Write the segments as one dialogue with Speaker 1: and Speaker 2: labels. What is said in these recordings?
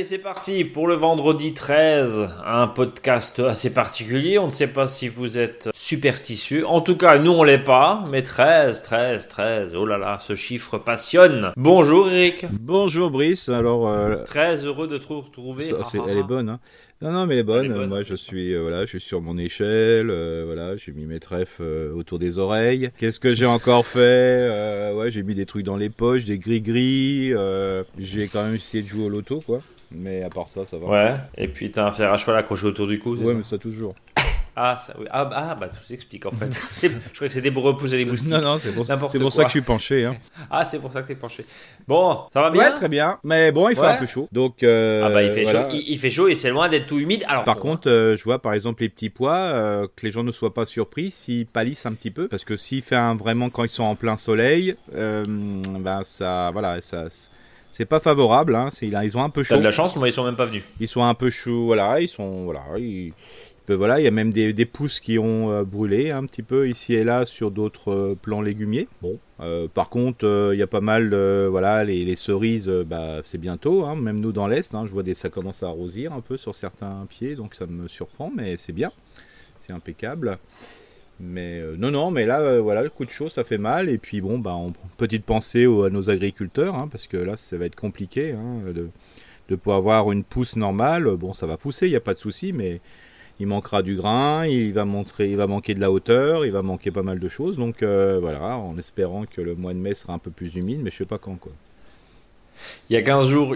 Speaker 1: Allez, c'est parti pour le vendredi 13, un podcast assez particulier. On ne sait pas si vous êtes superstitieux. En tout cas, nous, on l'est pas. Mais 13, 13, 13, oh là là, ce chiffre passionne. Bonjour Eric.
Speaker 2: Bonjour Brice, alors
Speaker 1: Très heureux de te retrouver.
Speaker 2: elle est bonne, hein. Non, mais elle est bonne.
Speaker 1: Elle est bonne,
Speaker 2: Moi, je suis voilà, je suis sur mon échelle, voilà, j'ai mis mes trèfles autour des oreilles. Qu'est-ce que j'ai encore fait? Ouais, j'ai mis des trucs dans les poches, des gris-gris. J'ai quand même essayé de jouer au loto, quoi. Mais à part ça, ça va.
Speaker 1: Ouais, et puis t'as un fer à cheval accroché autour du cou, c'est
Speaker 2: Ouais,
Speaker 1: ça?
Speaker 2: mais ça toujours.
Speaker 1: Ah, ça, oui. Bah tout s'explique en fait. Je crois que c'était pour repousser les moustiques.
Speaker 2: Non, c'est pour ça
Speaker 1: N'importe
Speaker 2: que
Speaker 1: quoi.
Speaker 2: je suis penché, hein.
Speaker 1: Ah, c'est pour ça que t'es penché. Bon, ça va bien?
Speaker 2: Ouais, très bien. Mais bon, il fait
Speaker 1: Ouais.
Speaker 2: un peu chaud. Donc,
Speaker 1: Ah bah il fait
Speaker 2: voilà.
Speaker 1: chaud, il fait chaud et c'est loin d'être tout humide. Alors
Speaker 2: Par
Speaker 1: faut,
Speaker 2: contre, je vois par exemple les petits pois, que les gens ne soient pas surpris s'ils pâlissent un petit peu, parce que s'il fait vraiment quand ils sont en plein soleil, ben ça, voilà, ça, c'est pas favorable. Hein, ils ont un peu chaud.
Speaker 1: t'as de la chance, moi ils sont même pas venus.
Speaker 2: Ils sont un peu chauds, voilà, voilà, il y a même des pousses qui ont brûlé un petit peu ici et là sur d'autres plants légumiers. Bon, par contre, il y a pas mal, voilà, les cerises, bah, c'est bientôt, hein, même nous dans l'Est, hein, je vois ça commence à arrosir un peu sur certains pieds, donc ça me surprend, mais c'est bien, c'est impeccable. Mais non, mais là, voilà, le coup de chaud, ça fait mal, et puis bon, bah, petite pensée à nos agriculteurs, hein, parce que là, ça va être compliqué, hein, de pouvoir avoir une pousse normale. Bon, ça va pousser, il n'y a pas de souci, mais il manquera du grain, il va manquer de la hauteur, il va manquer pas mal de choses. Donc voilà, en espérant que le mois de mai sera un peu plus humide, mais je sais pas quand, quoi.
Speaker 1: Il y a 15 jours,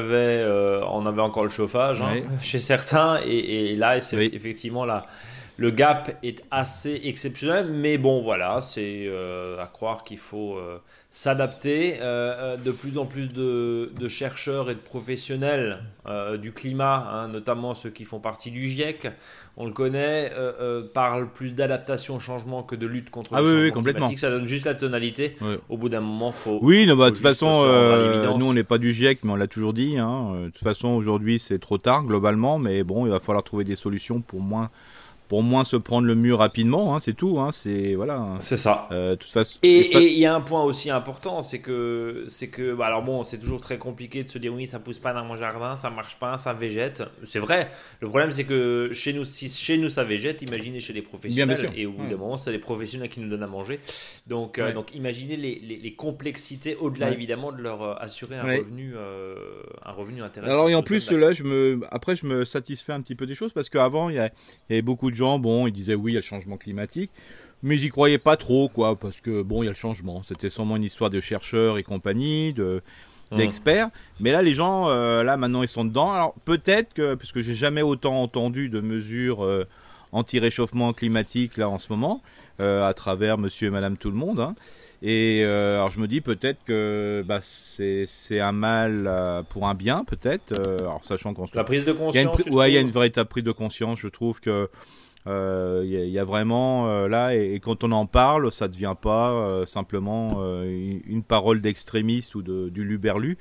Speaker 1: on avait encore le chauffage, hein,
Speaker 2: Ouais.
Speaker 1: chez certains et là c'est
Speaker 2: Oui.
Speaker 1: effectivement là. Le gap est assez exceptionnel, mais bon voilà, c'est à croire qu'il faut s'adapter. De plus en plus de chercheurs et de professionnels du climat, hein, notamment ceux qui font partie du GIEC, on le connaît, parlent plus d'adaptation au changement que de lutte contre le changement
Speaker 2: Complètement.
Speaker 1: climatique. Ça donne juste la tonalité.
Speaker 2: Ouais.
Speaker 1: Au bout d'un moment,
Speaker 2: Oui,
Speaker 1: faut
Speaker 2: de toute
Speaker 1: juste
Speaker 2: façon,
Speaker 1: se rendre à l'évidence.
Speaker 2: nous on n'est pas du GIEC, mais on l'a toujours dit. Hein. De toute façon, aujourd'hui c'est trop tard globalement, mais bon, il va falloir trouver des solutions pour moins se prendre le mur rapidement, hein, c'est tout. Hein, c'est voilà.
Speaker 1: C'est ça.
Speaker 2: De toute façon.
Speaker 1: Et il y a un point aussi important, c'est que bah alors bon, c'est toujours très compliqué de se dire oui, ça pousse pas dans mon jardin, ça marche pas, ça végète. C'est vrai. Le problème, c'est que si chez nous ça végète, imaginez chez les professionnels.
Speaker 2: Bien sûr.
Speaker 1: Et au bout d'un moment, c'est les professionnels qui nous donnent à manger. Donc imaginez les complexités au-delà évidemment de leur assurer un revenu intéressant.
Speaker 2: Alors et en plus là, je me satisfais un petit peu des choses parce qu'avant il y avait beaucoup de gens, bon, ils disaient oui, il y a le changement climatique. Mais j'y croyais pas trop, quoi, parce que bon, il y a le changement. C'était sûrement une histoire de chercheurs et compagnie, d'experts. Mais là, les gens, là, maintenant, ils sont dedans. Alors, peut-être que, parce que j'ai jamais autant entendu de mesures anti-réchauffement climatique, là, en ce moment, à travers monsieur et madame tout le monde, hein. Et alors, je me dis peut-être que bah, c'est un mal pour un bien, peut-être. Alors, sachant qu'on se...
Speaker 1: La prise de conscience.
Speaker 2: il y a une véritable prise de conscience, je trouve que il y a vraiment là et quand on en parle ça ne devient pas simplement une parole d'extrémiste ou du luberlu.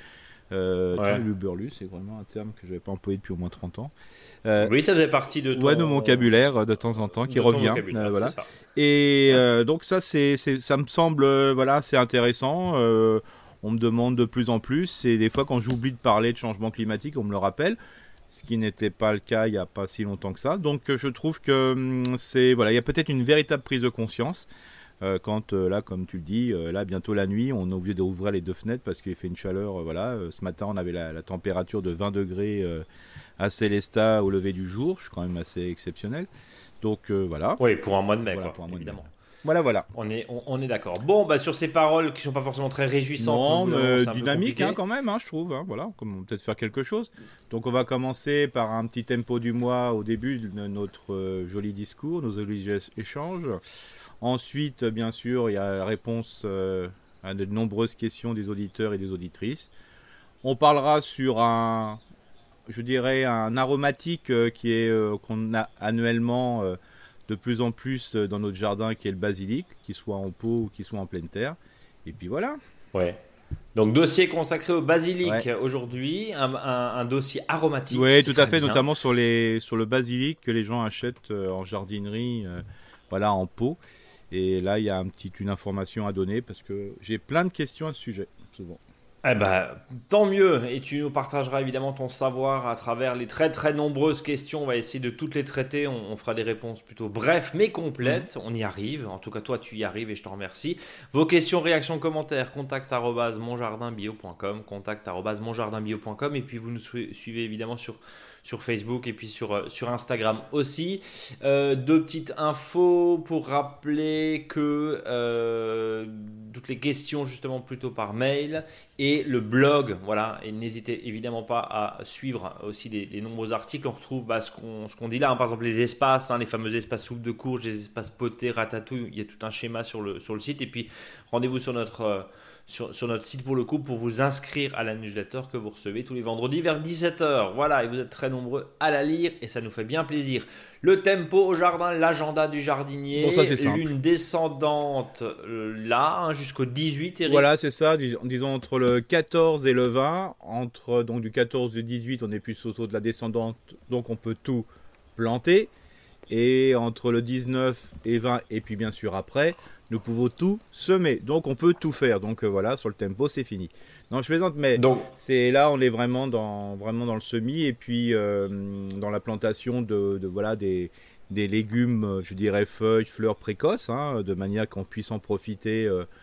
Speaker 2: Le luberlu, c'est vraiment un terme que je n'avais pas employé depuis au moins 30 ans.
Speaker 1: Oui, ça faisait partie de
Speaker 2: de mon vocabulaire de temps en temps qui revient. Voilà. Et donc ça ça me semble voilà, c'est intéressant. On me demande de plus en plus et des fois quand j'oublie de parler de changement climatique, on me le rappelle. Ce qui n'était pas le cas il n'y a pas si longtemps que ça. Donc je trouve que voilà, il y a peut-être une véritable prise de conscience quand là, comme tu le dis, là bientôt la nuit, on est obligé d'ouvrir les deux fenêtres parce qu'il fait une chaleur. Voilà, ce matin on avait la température de 20 degrés à Célestat au lever du jour, c'est quand même assez exceptionnel. Donc voilà.
Speaker 1: Oui, pour un mois de mai,
Speaker 2: voilà,
Speaker 1: quoi,
Speaker 2: pour un mois
Speaker 1: évidemment.
Speaker 2: De mai. Voilà.
Speaker 1: On est d'accord. Bon, bah sur ces paroles qui sont pas forcément très réjouissantes,
Speaker 2: non, mais
Speaker 1: c'est
Speaker 2: dynamique hein, quand même, hein, je trouve. Hein, voilà, comme on peut peut-être faire quelque chose. Donc on va commencer par un petit tempo du mois au début de notre joli discours, nos jolis échanges. Ensuite, bien sûr, il y a la réponse à de nombreuses questions des auditeurs et des auditrices. On parlera sur un aromatique qui est qu'on a annuellement de plus en plus dans notre jardin, qui est le basilic, qu'il soit en pot ou qu'il soit en pleine terre. Et puis voilà.
Speaker 1: Ouais. Donc dossier consacré au basilic aujourd'hui, un dossier aromatique.
Speaker 2: Oui, tout à fait,
Speaker 1: bien.
Speaker 2: notamment sur le basilic que les gens achètent en jardinerie, voilà, en pot. Et là, il y a une information à donner parce que j'ai plein de questions à ce sujet, souvent.
Speaker 1: Eh ben, tant mieux. Et tu nous partageras évidemment ton savoir à travers les très très nombreuses questions. On va essayer de toutes les traiter. On fera des réponses plutôt brèves mais
Speaker 2: Mhm.
Speaker 1: complètes. On y arrive. En tout cas, toi, tu y arrives et je te remercie. Vos questions, réactions, commentaires, contact@monjardinbio.com, contact@monjardinbio.com. Et puis vous nous suivez évidemment sur Facebook et puis sur Instagram aussi. Deux petites infos pour rappeler que toutes les questions justement plutôt par mail et le blog, voilà, et n'hésitez évidemment pas à suivre aussi les nombreux articles. On retrouve ce qu'on dit là, hein, par exemple les espaces, hein, les fameux espaces soupe de courge, les espaces potés, ratatouille, il y a tout un schéma sur le site. Et puis rendez-vous sur notre site pour le coup pour vous inscrire à la newsletter que vous recevez tous les vendredis vers 17h. Voilà, et vous êtes très nombreux à la lire et ça nous fait bien plaisir. Le tempo au jardin, l'agenda du
Speaker 2: Bon, ça
Speaker 1: jardinier,
Speaker 2: c'est simple.
Speaker 1: lune descendante là, hein, jusqu'au 18,
Speaker 2: Voilà,
Speaker 1: Eric.
Speaker 2: c'est ça, disons entre le 14 et le 20, donc du 14 au 18, on est plus autour de la descendante, donc on peut tout planter. Et entre le 19 et 20, et puis bien sûr après, nous pouvons tout semer. Donc on peut tout faire. Donc voilà, sur le tempo, c'est fini. Non, je plaisante, mais
Speaker 1: Donc,
Speaker 2: c'est là, on est vraiment dans le semis et puis dans la plantation voilà, des légumes, je dirais feuilles, fleurs précoces, hein, de manière qu'on puisse en profiter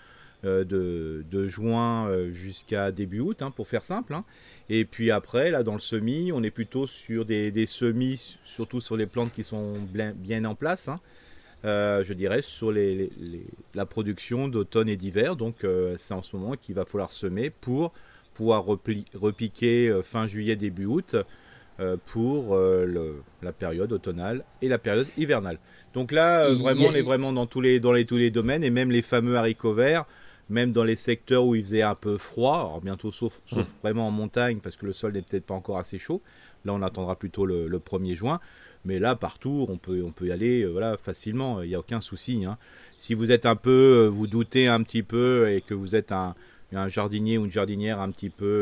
Speaker 2: de juin jusqu'à début août, hein, pour faire simple, hein. Et puis après, là, dans le semis, on est plutôt sur des semis, surtout sur les plantes qui sont bien en place, hein. Je dirais sur la production d'automne et d'hiver. Donc, c'est en ce moment qu'il va falloir semer pour pouvoir repiquer fin juillet, début août, pour la période automnale et la période hivernale. Donc là,
Speaker 1: il y
Speaker 2: vraiment,
Speaker 1: a-
Speaker 2: on est vraiment dans tous les domaines et même les fameux haricots verts, même dans les secteurs où il faisait un peu froid, alors bientôt sauf vraiment en montagne parce que le sol n'est peut-être pas encore assez chaud. Là, on attendra plutôt le 1er juin. Mais là, partout, on peut y aller voilà, facilement. Il n'y a aucun souci, hein. Si vous êtes un peu, vous doutez un petit peu et que vous êtes un jardinier ou une jardinière un petit peu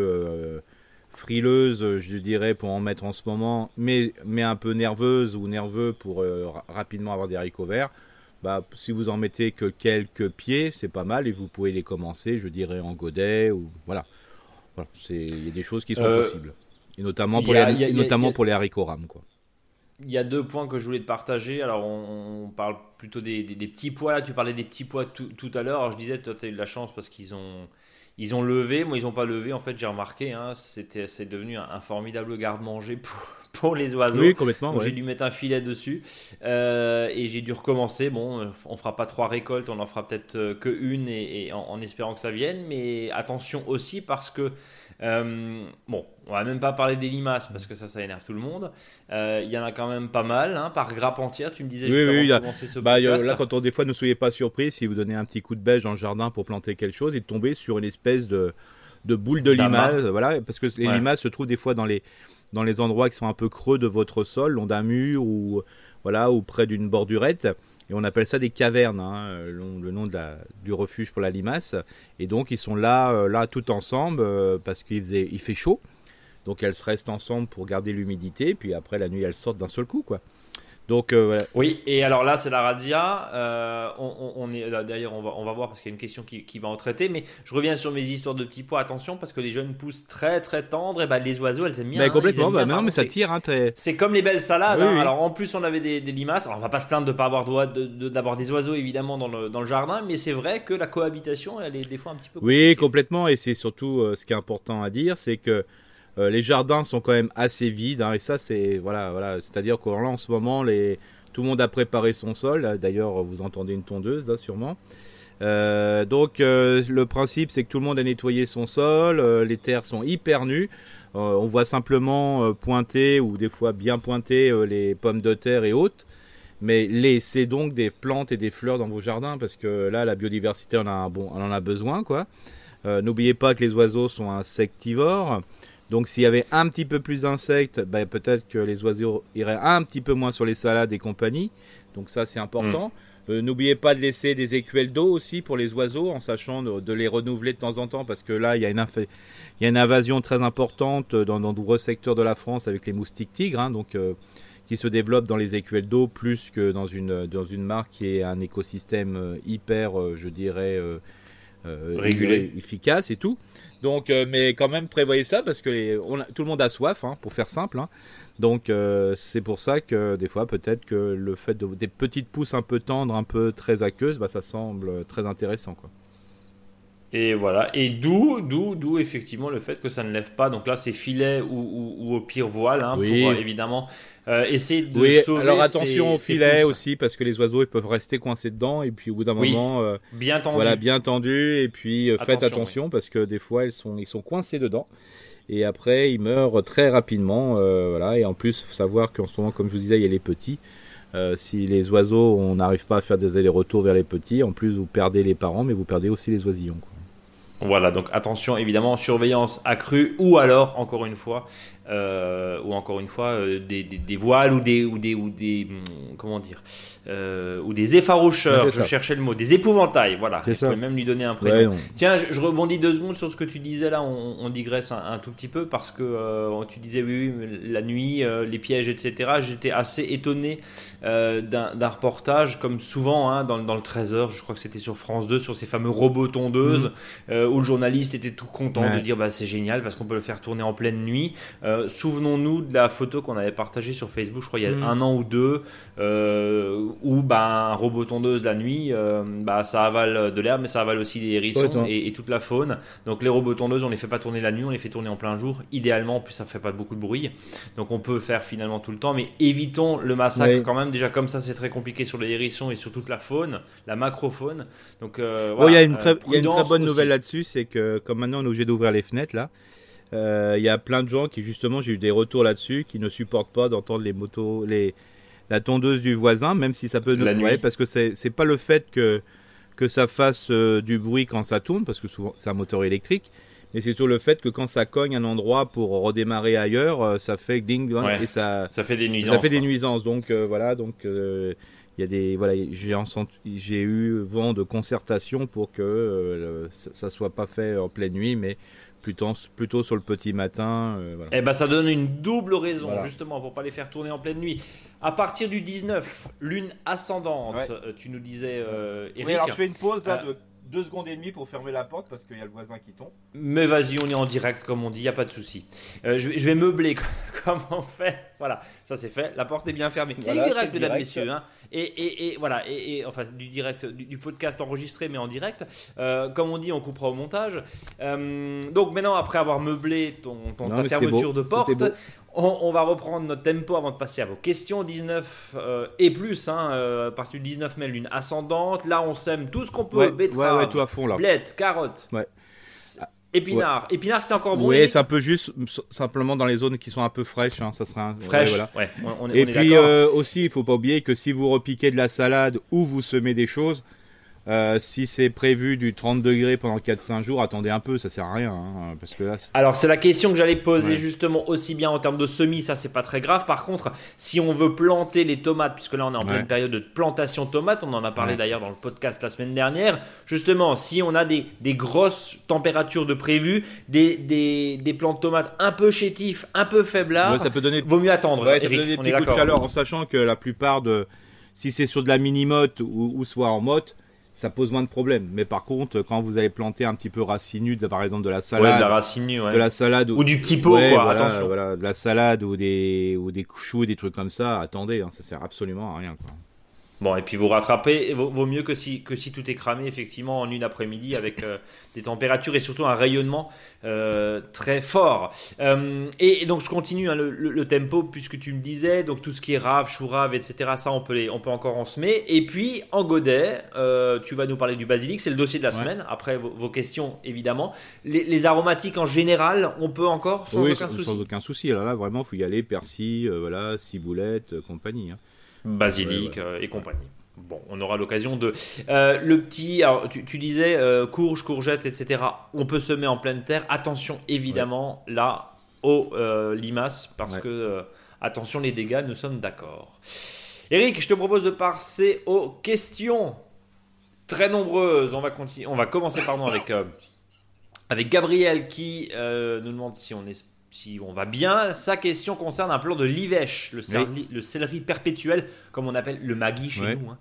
Speaker 2: frileuse, je dirais, pour en mettre en ce moment, mais un peu nerveuse ou nerveux pour rapidement avoir des haricots verts, bah, si vous en mettez que quelques pieds, c'est pas mal et vous pouvez les commencer, je dirais, en godet ou voilà. Voilà, il y a des choses qui sont
Speaker 1: euh,
Speaker 2: possibles. Et notamment
Speaker 1: il y a- il y a- il y a- il y
Speaker 2: notamment
Speaker 1: a-
Speaker 2: pour les haricots rames, quoi.
Speaker 1: il y a deux points que je voulais te partager. Alors, on parle plutôt des petits pois. Là, tu parlais des petits pois tout à l'heure. Alors, je disais, toi, tu as eu de la chance parce ils ont levé. Moi, ils n'ont pas levé. En fait, j'ai remarqué, hein, c'est devenu un formidable garde-manger pour les
Speaker 2: Oui,
Speaker 1: oiseaux.
Speaker 2: complètement,
Speaker 1: Donc, j'ai
Speaker 2: oui.
Speaker 1: dû mettre un filet dessus. Et j'ai dû recommencer. Bon, on fera pas trois récoltes. On en fera peut-être que une et en espérant que ça vienne. Mais attention aussi parce que, bon, on va même pas parler des limaces parce que ça énerve tout le monde. Il y en a quand même pas mal, hein, par grappe entière. Tu me disais
Speaker 2: Oui,
Speaker 1: juste
Speaker 2: oui,
Speaker 1: avant de commencer ce podcast.
Speaker 2: là, quand on, des fois, ne soyez pas surpris, si vous donnez un petit coup de bêche dans le jardin pour planter quelque chose et de tomber sur une espèce de boule de
Speaker 1: D'amas.
Speaker 2: limace, voilà, parce que les
Speaker 1: Ouais.
Speaker 2: limaces se trouvent des fois dans les endroits qui sont un peu creux de votre sol, long d'un mur ou, voilà, ou près d'une bordurette. Et on appelle ça des cavernes, hein, le nom du refuge pour la limace. Et donc, ils sont là tout ensemble parce il fait chaud. Donc, elles se restent ensemble pour garder l'humidité. Puis après, la nuit, elles sortent d'un seul coup, quoi. Donc, voilà.
Speaker 1: Oui, et alors là, c'est la razzia. On est d'ailleurs, on va voir parce qu'il y a une question qui va en traiter. Mais je reviens sur mes histoires de petits pois. Attention, parce que les jeunes pousses très très tendres, et ben les oiseaux, elles aiment bien.
Speaker 2: Mais
Speaker 1: Hein, ils
Speaker 2: complètement,
Speaker 1: aiment
Speaker 2: bah,
Speaker 1: bien.
Speaker 2: mais non,
Speaker 1: Par
Speaker 2: mais
Speaker 1: contre,
Speaker 2: ça tire, hein, très.
Speaker 1: c'est comme les belles salades.
Speaker 2: Oui,
Speaker 1: Hein.
Speaker 2: oui.
Speaker 1: Alors en plus, on avait des limaces. Alors, on va pas se plaindre de pas avoir d'avoir des oiseaux évidemment dans le jardin, mais c'est vrai que la cohabitation, elle est des fois un petit peu
Speaker 2: Oui,
Speaker 1: compliquée.
Speaker 2: complètement. Et c'est surtout ce qui est important à dire, c'est que les jardins sont quand même assez vides, hein, et ça, c'est voilà. C'est-à-dire qu'en là, en ce moment, tout le monde a préparé son sol. D'ailleurs, vous entendez une tondeuse là, sûrement. Donc, le principe, c'est que tout le monde a nettoyé son sol. Les terres sont hyper nues. On voit simplement pointer ou des fois bien pointer les pommes de terre et autres. Mais laissez donc des plantes et des fleurs dans vos jardins parce que là, la biodiversité, on en a besoin, quoi. N'oubliez pas que les oiseaux sont insectivores. Donc s'il y avait un petit peu plus d'insectes, ben, peut-être que les oiseaux iraient un petit peu moins sur les salades et compagnie. Donc ça, c'est
Speaker 1: Hmm.
Speaker 2: important. N'oubliez pas de laisser des écuelles d'eau aussi pour les oiseaux, en sachant de les renouveler de temps en temps, parce que là, il y a une invasion très importante dans de nombreux secteurs de la France avec les moustiques tigres, hein, donc, qui se développent dans les écuelles d'eau plus que dans une mare qui est un écosystème hyper, je dirais, efficace et tout. Donc, mais quand même prévoyez ça parce que tout le monde a soif, hein, pour faire simple. Hein. Donc c'est pour ça que des fois peut-être que le fait des petites pousses un peu tendres, un peu très aqueuses, ça semble très intéressant, quoi.
Speaker 1: Et voilà, et d'où effectivement le fait que ça ne lève pas. Donc là, c'est filet ou au pire voile, hein,
Speaker 2: Oui.
Speaker 1: pour évidemment essayer de sauver.
Speaker 2: Alors attention au
Speaker 1: ces
Speaker 2: filet
Speaker 1: pousses.
Speaker 2: aussi, parce que les oiseaux ils peuvent rester coincés dedans, et puis au bout d'un moment,
Speaker 1: Bien tendu.
Speaker 2: voilà, bien tendu, et puis faites attention parce que des fois ils sont coincés dedans. Et après, ils meurent très rapidement, voilà. Et en plus, faut savoir qu'en ce moment, comme je vous disais, il y a les petits. Si les oiseaux, on n'arrive pas à faire des allers-retours vers les petits, en plus vous perdez les parents, mais vous perdez aussi les oisillons, quoi.
Speaker 1: Voilà, donc attention évidemment, surveillance accrue ou alors encore une fois, des voiles ou des comment dire, ou des effaroucheurs. Je cherchais le mot, des épouvantails. Voilà, je peux même lui donner un prénom. Ouais, tiens, je rebondis 2 secondes sur ce que tu disais là. On digresse un tout petit peu parce que tu disais oui, la nuit, les pièges, etc. J'étais assez étonné d'un reportage comme souvent, hein, dans le 13h. Je crois que c'était sur France 2 sur ces fameux robots tondeuses. Où le journaliste était tout content de dire c'est génial parce qu'on peut le faire tourner en pleine nuit. Souvenons-nous de la photo qu'on avait partagée sur Facebook, je crois il y a 1 an ou 2, où un robot tondeuse la nuit, ça avale de l'herbe, mais ça avale aussi des hérissons et toute la faune. Donc les robots tondeuses, on les fait pas tourner la nuit, on les fait tourner en plein jour. Idéalement, en plus ça fait pas beaucoup de bruit, donc on peut faire finalement tout le temps, mais évitons le massacre quand même. Déjà comme ça, c'est très compliqué sur les hérissons et sur toute la faune, la macrofaune. Donc
Speaker 2: il y a une très bonne nouvelle là-dessus, c'est que comme maintenant on est obligé d'ouvrir les fenêtres là, il y a plein de gens qui justement, j'ai eu des retours là-dessus, qui ne supportent pas d'entendre la tondeuse du voisin, même si ça peut parce que c'est pas le fait que ça fasse du bruit quand ça tourne, parce que souvent c'est un moteur électrique, mais c'est surtout le fait que quand ça cogne un endroit pour redémarrer ailleurs, ça fait ding et ça fait des nuisances. Donc voilà, donc il y a j'ai eu vent de concertation pour que ça soit pas fait en pleine nuit, mais plutôt sur le petit matin. Voilà.
Speaker 1: Ça donne une double raison, justement, pour pas les faire tourner en pleine nuit. À partir du 19, lune ascendante, tu nous disais, Eric.
Speaker 2: Oui, alors je fais une pause là de 2 secondes et demie pour fermer la porte parce qu'il y a le voisin qui tombe.
Speaker 1: Mais vas-y, on est en direct comme on dit, il n'y a pas de souci. Je vais meubler comme on fait. Voilà, ça c'est fait. La porte est bien fermée. C'est direct, mesdames, messieurs. Hein. Et voilà, enfin du direct, du podcast enregistré mais en direct. Comme on dit, on coupera au montage. Donc maintenant, après avoir meublé ta fermeture de porte, on va reprendre notre tempo avant de passer à vos questions. 19 et plus, à partir du 19 mai, lune ascendante. Là, on sème tout ce qu'on peut. Betterave,
Speaker 2: tout à fond là.
Speaker 1: blettes, carottes. Épinards. Épinards, c'est encore bon.
Speaker 2: Oui, c'est un peu juste, simplement dans les zones qui sont un peu fraîches. Hein, ça sera
Speaker 1: fraîche.
Speaker 2: On est puis aussi, il ne faut pas oublier que si vous repiquez de la salade ou vous semez des choses, si c'est prévu du 30 degrés pendant 4-5 jours, attendez un peu, ça sert à rien. Hein, parce que là,
Speaker 1: alors, c'est la question que j'allais poser justement, aussi bien en termes de semis, ça c'est pas très grave. Par contre, si on veut planter les tomates, puisque là on est en pleine période de plantation de tomates, on en a parlé d'ailleurs dans le podcast la semaine dernière, justement, si on a des grosses températures de prévues, des plants de tomates un peu chétifs, un peu faiblards,
Speaker 2: ça peut donner,
Speaker 1: vaut mieux attendre.
Speaker 2: Ça peut donner des petits coups de chaleur, en sachant que la plupart si c'est sur de la mini-motte ou soit en motte, ça pose moins de problèmes. Mais par contre, quand vous allez planter un petit peu racinu, par exemple de la salade,
Speaker 1: de
Speaker 2: la salade
Speaker 1: ou du petit pot, attention.
Speaker 2: Voilà, de la salade ou des choux, des trucs comme ça, attendez, ça sert absolument à rien, quoi.
Speaker 1: Bon, et puis vous rattrapez, vaut mieux que si tout est cramé effectivement en une après-midi avec des températures et surtout un rayonnement très fort. Et donc je continue le tempo puisque tu me disais, donc tout ce qui est rave, chou-rave, etc. Ça on peut encore en semer. Et puis en godet, tu vas nous parler du basilic, c'est le dossier de la semaine. Après vos questions évidemment. Les aromatiques en général, on peut encore sans aucun souci.
Speaker 2: Sans aucun souci. Alors là vraiment, faut y aller, persil, ciboulette, compagnie. Hein.
Speaker 1: Basilic et compagnie. Bon, on aura l'occasion de... le petit... Alors, tu disais courges, courgettes, etc. On peut semer en pleine terre. Attention, évidemment, là, aux limaces, parce que, attention, les dégâts, nous sommes d'accord. Eric, je te propose de passer aux questions très nombreuses. On va commencer avec Gabriel qui nous demande si si on va bien. Sa question concerne un plan de l'ivèche, le céleri perpétuel, comme on appelle le magui chez nous,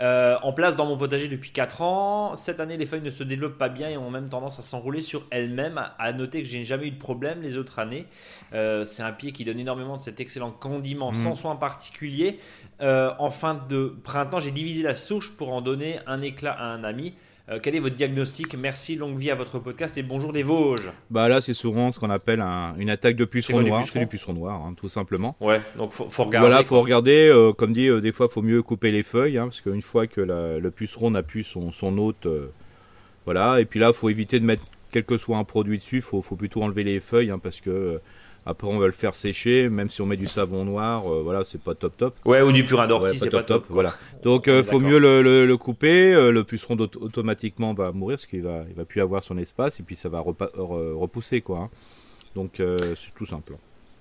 Speaker 1: en place dans mon potager depuis 4 ans. Cette année, les feuilles ne se développent pas bien et ont même tendance à s'enrouler sur elles-mêmes. À noter que je n'ai jamais eu de problème les autres années. C'est un pied qui donne énormément de cet excellent condiment sans soin particulier. En fin de printemps, j'ai divisé la souche pour en donner un éclat à un ami. Quel est votre diagnostic? Merci, longue vie à votre podcast et bonjour des Vosges.
Speaker 2: Bah là, c'est souvent ce qu'on appelle une attaque de puceron noir. C'est du puceron noir, tout simplement.
Speaker 1: Ouais, donc faut regarder.
Speaker 2: Voilà, faut regarder. Comme dit, des fois, il faut mieux couper les feuilles, parce qu'une fois que le puceron n'a plus son hôte, voilà. Et puis là, faut éviter de mettre quel que soit un produit dessus. Faut plutôt enlever les feuilles, parce que après on va le faire sécher, même si on met du savon noir, voilà, c'est pas top.
Speaker 1: Ouais, ou du purin d'ortie, c'est pas top.
Speaker 2: Voilà. Donc faut mieux le couper. Le puceron automatiquement va mourir parce qu'il va plus avoir son espace et puis ça va repousser quoi. Donc c'est tout simple.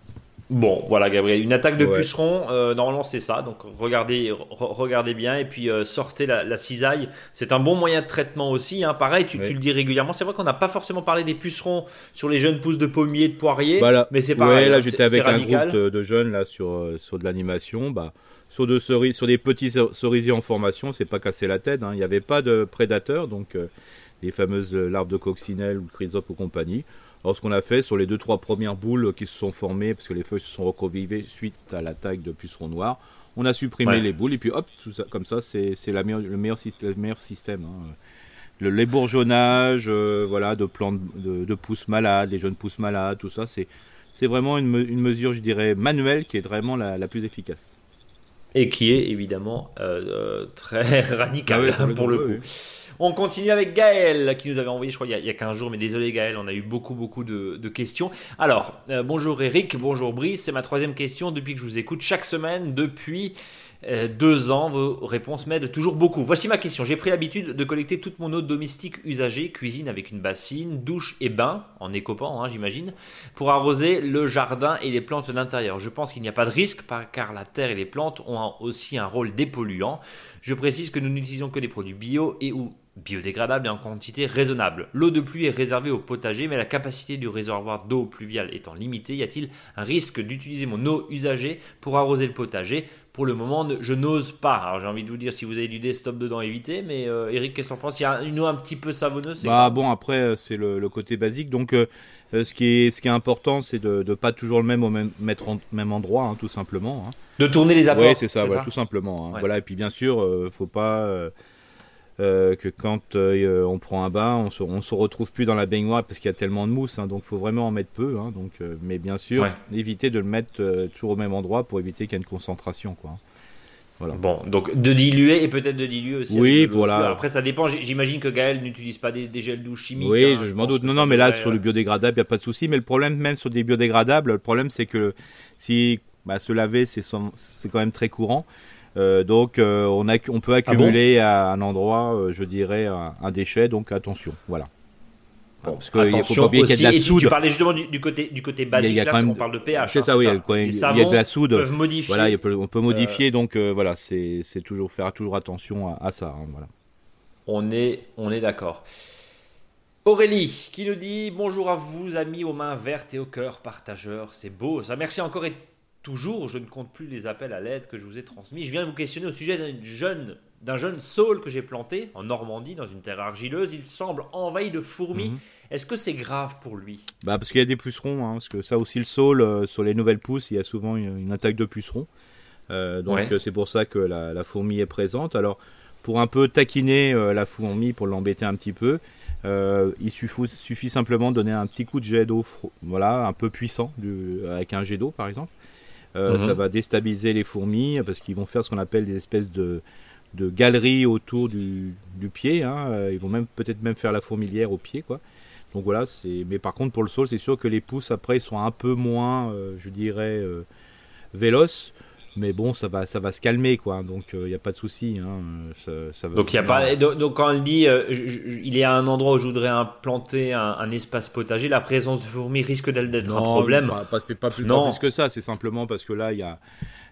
Speaker 1: Bon, voilà Gabriel, une attaque de puceron, normalement c'est ça, donc regardez bien et puis sortez la cisaille, c'est un bon moyen de traitement aussi, pareil, tu le dis régulièrement, c'est vrai qu'on n'a pas forcément parlé des pucerons sur les jeunes pousses de pommiers, de poiriers, mais c'est pareil.
Speaker 2: Là j'étais avec un groupe de jeunes là sur de l'animation, sur des petits cerisiers en formation, c'est pas cassé la tête, il n'y avait pas de prédateurs, donc les fameuses larves de coccinelle ou de chrysope ou compagnie. Alors ce qu'on a fait sur les 2-3 premières boules qui se sont formées, parce que les feuilles se sont recroquevillées suite à l'attaque de pucerons noirs, on a supprimé les boules et puis hop, tout ça, comme ça c'est le meilleur système. Les bourgeonnages, voilà, de plantes, de pousses malades, les jeunes pousses malades, tout ça, c'est vraiment une mesure, je dirais, manuelle qui est vraiment la plus efficace.
Speaker 1: Et qui est évidemment très radicale pour le coup. On continue avec Gaël qui nous avait envoyé, je crois, il y a 15 jours, mais désolé Gaël, on a eu beaucoup de questions. Alors, bonjour Eric, bonjour Brice, c'est ma 3e question depuis que je vous écoute chaque semaine, depuis 2 ans, vos réponses m'aident toujours beaucoup. Voici ma question, j'ai pris l'habitude de collecter toute mon eau domestique usagée, cuisine avec une bassine, douche et bain, en écopant j'imagine, pour arroser le jardin et les plantes d'intérieur. Je pense qu'il n'y a pas de risque car la terre et les plantes ont aussi un rôle dépolluant. Je précise que nous n'utilisons que des produits bio et ou biodégradable et en quantité raisonnable. L'eau de pluie est réservée au potager, mais la capacité du réservoir d'eau pluviale étant limitée, y a-t-il un risque d'utiliser mon eau usagée pour arroser le potager? Pour le moment, je n'ose pas. Alors j'ai envie de vous dire, si vous avez du desktop dedans, évitez. Mais Eric, qu'est-ce que t'en penses? Il y a une eau un petit peu savonneuse.
Speaker 2: Bon, après c'est le côté basique. Donc ce qui est important, c'est de ne pas toujours mettre au même endroit, tout simplement.
Speaker 1: De tourner les apports.
Speaker 2: Oui, c'est ça, tout simplement. Ouais. Voilà, et puis bien sûr, faut pas que quand on prend un bain, on se retrouve plus dans la baignoire parce qu'il y a tellement de mousse, donc faut vraiment en mettre peu, mais bien sûr éviter de le mettre toujours au même endroit pour éviter qu'il y ait une concentration, quoi. Voilà. Bon,
Speaker 1: donc de diluer et peut-être de diluer aussi.
Speaker 2: Oui, voilà.
Speaker 1: Après ça dépend, j'imagine que Gaël n'utilise pas des gels douche chimiques.
Speaker 2: Oui, je m'en doute. Non, mais là sur le biodégradable, il n'y a pas de souci, mais le problème même sur des biodégradables, le problème c'est que si se laver c'est quand même très courant. Donc on peut accumuler à un endroit, je dirais, un déchet, donc attention, voilà.
Speaker 1: Bon, parce qu'il faut pas oublier qu'il y a de la soude. Tu parlais justement du côté basique, là, on parle de pH.
Speaker 2: C'est ça, oui, il y a de la soude.
Speaker 1: Peuvent modifier.
Speaker 2: Voilà, on peut modifier, donc voilà, c'est toujours faire attention à ça. Voilà.
Speaker 1: On est d'accord. Aurélie qui nous dit bonjour à vous, amis aux mains vertes et au cœur partageurs, c'est beau ça. Merci encore et toujours, je ne compte plus les appels à l'aide que je vous ai transmis. Je viens de vous questionner au sujet d'un jeune saule que j'ai planté en Normandie dans une terre argileuse. Il semble envahi de fourmis. Est-ce que c'est grave pour lui?
Speaker 2: Parce qu'il y a des pucerons, parce que ça aussi le saule, sur les nouvelles pousses, il y a souvent une attaque de pucerons. Donc c'est pour ça que la fourmi est présente. Alors pour un peu taquiner la fourmi, pour l'embêter un petit peu, il suffit simplement de donner un petit coup de jet d'eau, un peu puissant, avec un jet d'eau par exemple. Ça va déstabiliser les fourmis parce qu'ils vont faire ce qu'on appelle des espèces de galeries autour du pied. Ils vont peut-être même faire la fourmilière au pied, quoi. Donc voilà, mais par contre pour le saule, c'est sûr que les pousses après ils sont un peu moins, je dirais, véloces. Mais bon, ça va se calmer, quoi. Donc il n'y a pas de souci.
Speaker 1: Donc il y a pas. Donc quand elle dit, il est à un endroit où je voudrais implanter un espace potager, la présence de fourmis risque d'être un problème.
Speaker 2: Pas plus que ça. C'est simplement parce que là, il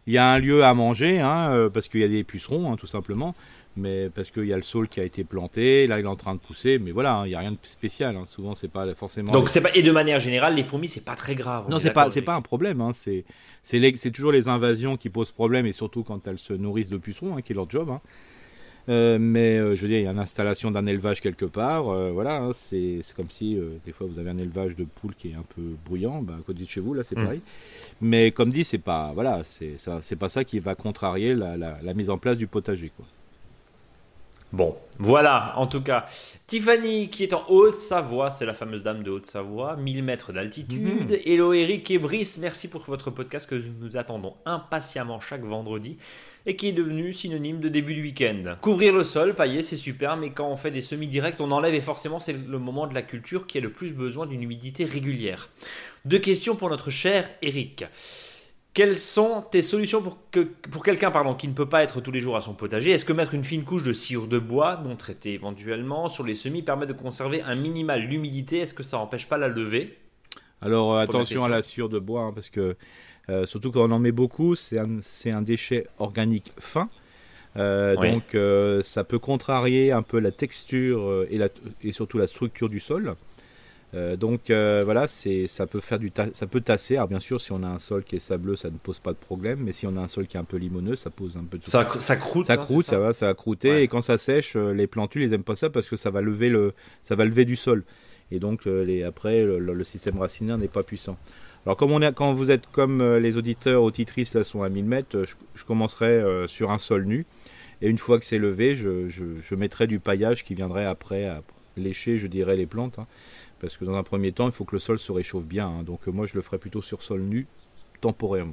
Speaker 2: il y a un lieu à manger, parce qu'il y a des pucerons, tout simplement. Mais parce qu'il y a le saule qui a été planté, là il est en train de pousser, mais voilà, il n'y a rien de spécial. Souvent, c'est pas forcément.
Speaker 1: Donc, c'est pas... Et de manière générale, les fourmis, c'est pas très grave.
Speaker 2: Non, c'est pas un problème. C'est toujours les invasions qui posent problème, et surtout quand elles se nourrissent de pucerons, qui est leur job. Mais je veux dire, il y a une installation d'un élevage quelque part. Voilà, c'est comme si des fois vous avez un élevage de poules qui est un peu bruyant. À côté de chez vous, là, c'est pareil. Mais comme dit, c'est pas ça qui va contrarier la mise en place du potager, quoi.
Speaker 1: Bon, voilà, en tout cas. Tiffany, qui est en Haute-Savoie, c'est la fameuse dame de Haute-Savoie, 1000 mètres d'altitude. Hello Eric et Brice, merci pour votre podcast que nous attendons impatiemment chaque vendredi et qui est devenu synonyme de début de week-end. Couvrir le sol, pailler, c'est super, mais quand on fait des semis directs, on enlève et forcément c'est le moment de la culture qui a le plus besoin d'une humidité régulière. 2 questions pour notre cher Eric. Quelles sont tes solutions pour quelqu'un qui ne peut pas être tous les jours à son potager? Est-ce que mettre une fine couche de sciure de bois, non traitée éventuellement, sur les semis permet de conserver un minimal l'humidité? Est-ce que ça n'empêche pas la levée?
Speaker 2: Alors attention à la sciure de bois, parce que surtout quand on en met beaucoup, c'est un déchet organique fin. Donc ça peut contrarier un peu la texture et surtout la structure du sol. Donc voilà, ça peut tasser. Alors bien sûr, si on a un sol qui est sableux, ça ne pose pas de problème. Mais si on a un sol qui est un peu limoneux, ça pose un peu de
Speaker 1: ça croûte.
Speaker 2: Ça croûte, ça va croûter. Ouais. Et quand ça sèche, les plantules, ils aiment pas ça parce que ça va lever du sol. Et donc après, le système racinaire n'est pas puissant. Alors quand vous êtes comme les auditeurs, auditrices, là sont à 1000 mètres, je commencerai sur un sol nu. Et une fois que c'est levé, je mettrai du paillage qui viendrait après à lécher, je dirais, les plantes. Parce que dans un premier temps, il faut que le sol se réchauffe bien. Donc moi, je le ferai plutôt sur sol nu, temporairement.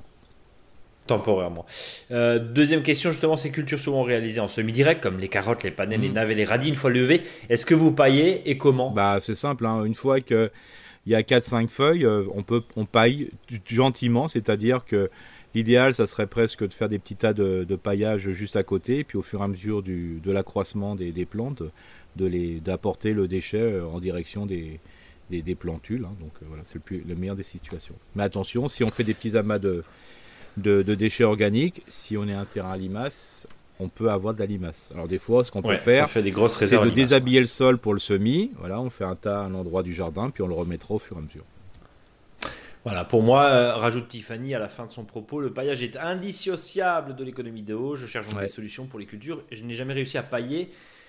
Speaker 2: Deuxième question, justement, ces cultures souvent réalisées en semi-direct, comme les carottes, les panais, les navets, les radis, une fois levées. Est-ce que vous paillez et comment? C'est simple. Une fois qu'il y a 4-5 feuilles, on paille gentiment. C'est-à-dire que l'idéal, ça serait presque de faire des petits tas de paillage juste à côté. Et puis au fur et à mesure de l'accroissement des plantes, d'apporter le déchet en direction des plantules. Donc voilà, c'est le meilleur des situations. Mais attention, si on fait des petits amas de déchets organiques, si on est un terrain à limaces, on peut avoir de la limace. Alors des fois, ce qu'on peut faire, c'est de déshabiller le sol pour le semis. Voilà, on fait un tas à un endroit du jardin, puis on le remettra au fur et à mesure. Voilà, pour moi, rajoute Tiffany à la fin de son propos, le paillage est indissociable de l'économie de eau. Je cherche des solutions pour les cultures. Je n'ai jamais réussi à pailler.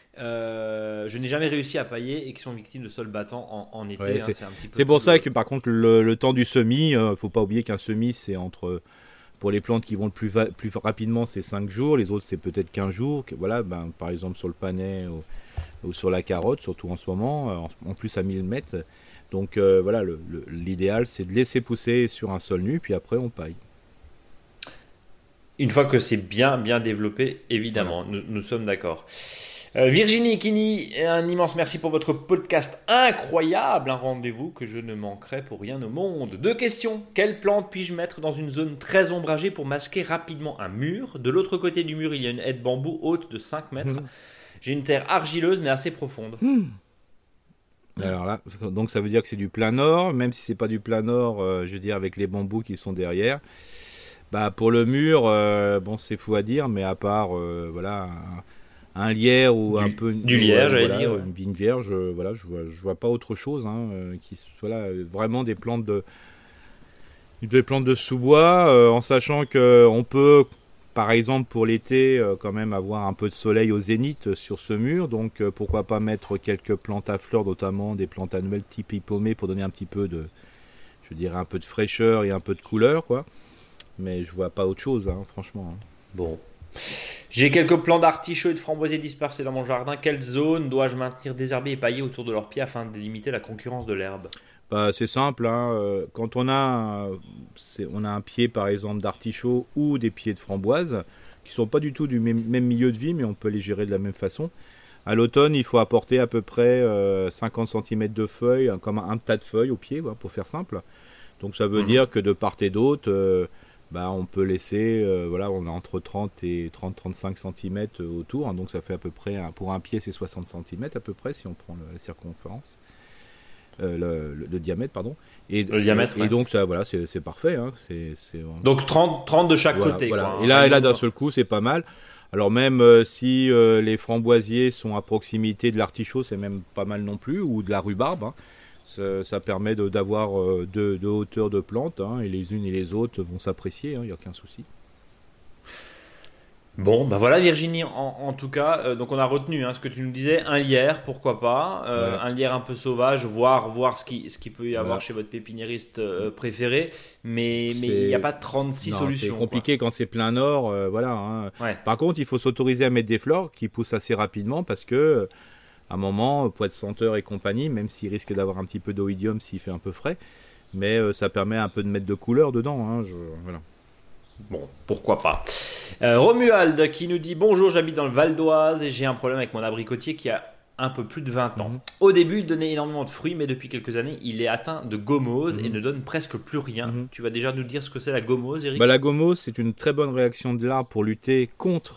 Speaker 2: Et qui sont victimes de sol battant en été. C'est pour ça que par contre le temps du semis, faut pas oublier qu'un semis c'est pour les plantes qui vont le plus rapidement c'est 5 jours, les autres c'est peut-être 15 jours. Voilà, par exemple sur le panais ou sur la carotte, surtout en ce moment, en plus à 1000 mètres. Donc voilà, l'idéal c'est de laisser pousser sur un sol nu, puis après on paille. Une fois que c'est bien développé, évidemment, nous sommes d'accord. Virginie Kini, un immense merci pour votre podcast incroyable, un rendez-vous que je ne manquerai pour rien au monde. 2 questions, quelle plante puis-je mettre dans une zone très ombragée pour masquer rapidement un mur? De l'autre côté du mur, il y a une haie de bambou haute de 5 mètres. J'ai une terre argileuse mais assez profonde. Alors là, donc ça veut dire que c'est du plein nord, même si c'est pas du plein nord, je veux dire avec les bambous qui sont derrière. Pour le mur, c'est fou à dire, mais à part voilà un lierre ou un peu
Speaker 1: du lierre, j'allais dire,
Speaker 2: une vigne vierge, voilà, je vois pas autre chose qui soit vraiment des plantes de sous-bois, en sachant que on peut, par exemple pour l'été, quand même avoir un peu de soleil au zénith sur ce mur, donc pourquoi pas mettre quelques plantes à fleurs, notamment des plantes annuelles type hippomée pour donner un petit peu de, je dirais un peu de fraîcheur et un peu de couleur, quoi. Mais je vois pas autre chose, franchement.
Speaker 1: Bon. J'ai quelques plants d'artichauts et de framboisiers dispersés dans mon jardin. Quelle zone dois-je maintenir désherbée et paillée autour de leurs pieds afin de limiter la concurrence de l'herbe?
Speaker 2: C'est simple. Quand on a un pied, par exemple, d'artichaut ou des pieds de framboise, qui ne sont pas du tout du même milieu de vie, mais on peut les gérer de la même façon. À l'automne, il faut apporter à peu près 50 cm de feuilles, comme un tas de feuilles au pied, pour faire simple. Donc ça veut dire que de part et d'autre... on peut laisser, on a entre 30 et 30-35 cm autour, donc ça fait à peu près, pour un pied c'est 60 cm à peu près si on prend la circonférence. le diamètre, pardon.
Speaker 1: Le diamètre,
Speaker 2: et donc ça, voilà, c'est parfait. Hein.
Speaker 1: Donc 30 de chaque côté.
Speaker 2: Voilà.
Speaker 1: Quoi,
Speaker 2: et là, d'un seul coup, c'est pas mal. Alors même si les framboisiers sont à proximité de l'artichaut, c'est même pas mal non plus, ou de la rhubarbe. Hein. Ça permet d'avoir deux hauteurs de plantes, hein, et les unes et les autres vont s'apprécier, il n'y a aucun souci.
Speaker 1: Bon, bah voilà Virginie, en tout cas, donc on a retenu ce que tu nous disais, un lierre, pourquoi pas, un lierre un peu sauvage, voir ce qui peut y avoir chez votre pépiniériste préféré, mais il n'y a pas 36 solutions.
Speaker 2: C'est compliqué quand c'est plein nord, voilà. Hein. Ouais. Par contre, il faut s'autoriser à mettre des fleurs qui poussent assez rapidement parce que, à un moment, poids de senteur et compagnie, même s'il risque d'avoir un petit peu d'oïdium s'il fait un peu frais, mais ça permet un peu de mettre de couleur dedans. Hein, voilà.
Speaker 1: Bon, pourquoi pas. Romuald qui nous dit: bonjour, j'habite dans le Val d'Oise et j'ai un problème avec mon abricotier qui a un peu plus de 20 ans. Au début, il donnait énormément de fruits, mais depuis quelques années, il est atteint de gomose et ne donne presque plus rien. Tu vas déjà nous dire ce que c'est la gomose, Eric ?
Speaker 2: La gomose, c'est une très bonne réaction de l'arbre pour lutter contre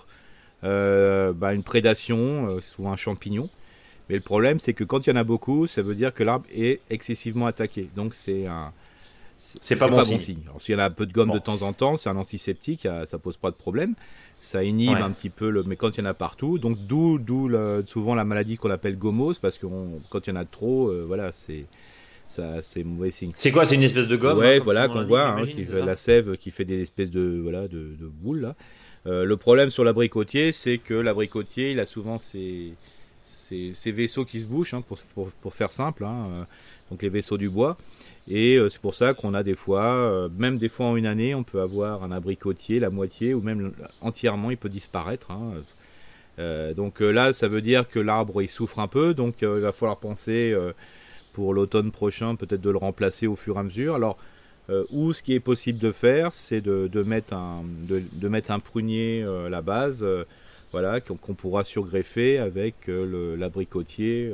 Speaker 2: une prédation, souvent un champignon. Mais le problème, c'est que quand il y en a beaucoup, ça veut dire que l'arbre est excessivement attaqué. Donc c'est pas bon signe. Alors, s'il y en a un peu de gomme de temps en temps, c'est un antiseptique, ça pose pas de problème. Ça inhibe un petit peu, mais quand il y en a partout, donc d'où souvent la maladie qu'on appelle gomose, parce que quand il y en a trop, voilà, c'est mauvais signe.
Speaker 1: C'est quoi ? C'est une espèce de gomme ?
Speaker 2: Ouais, voilà, qu'on voit, la sève qui fait des espèces de boules là. Le problème sur l'abricotier, c'est que l'abricotier, il a souvent ces vaisseaux qui se bouchent, pour faire simple, donc les vaisseaux du bois. Et c'est pour ça qu'on a des fois, même des fois en une année, on peut avoir un abricotier, la moitié, ou même entièrement, il peut disparaître. Donc là, ça veut dire que l'arbre, il souffre un peu, donc il va falloir penser pour l'automne prochain, peut-être de le remplacer au fur et à mesure. Alors, ou ce qui est possible de faire, c'est de mettre un prunier à la base, voilà, qu'on pourra surgreffer avec l'abricotier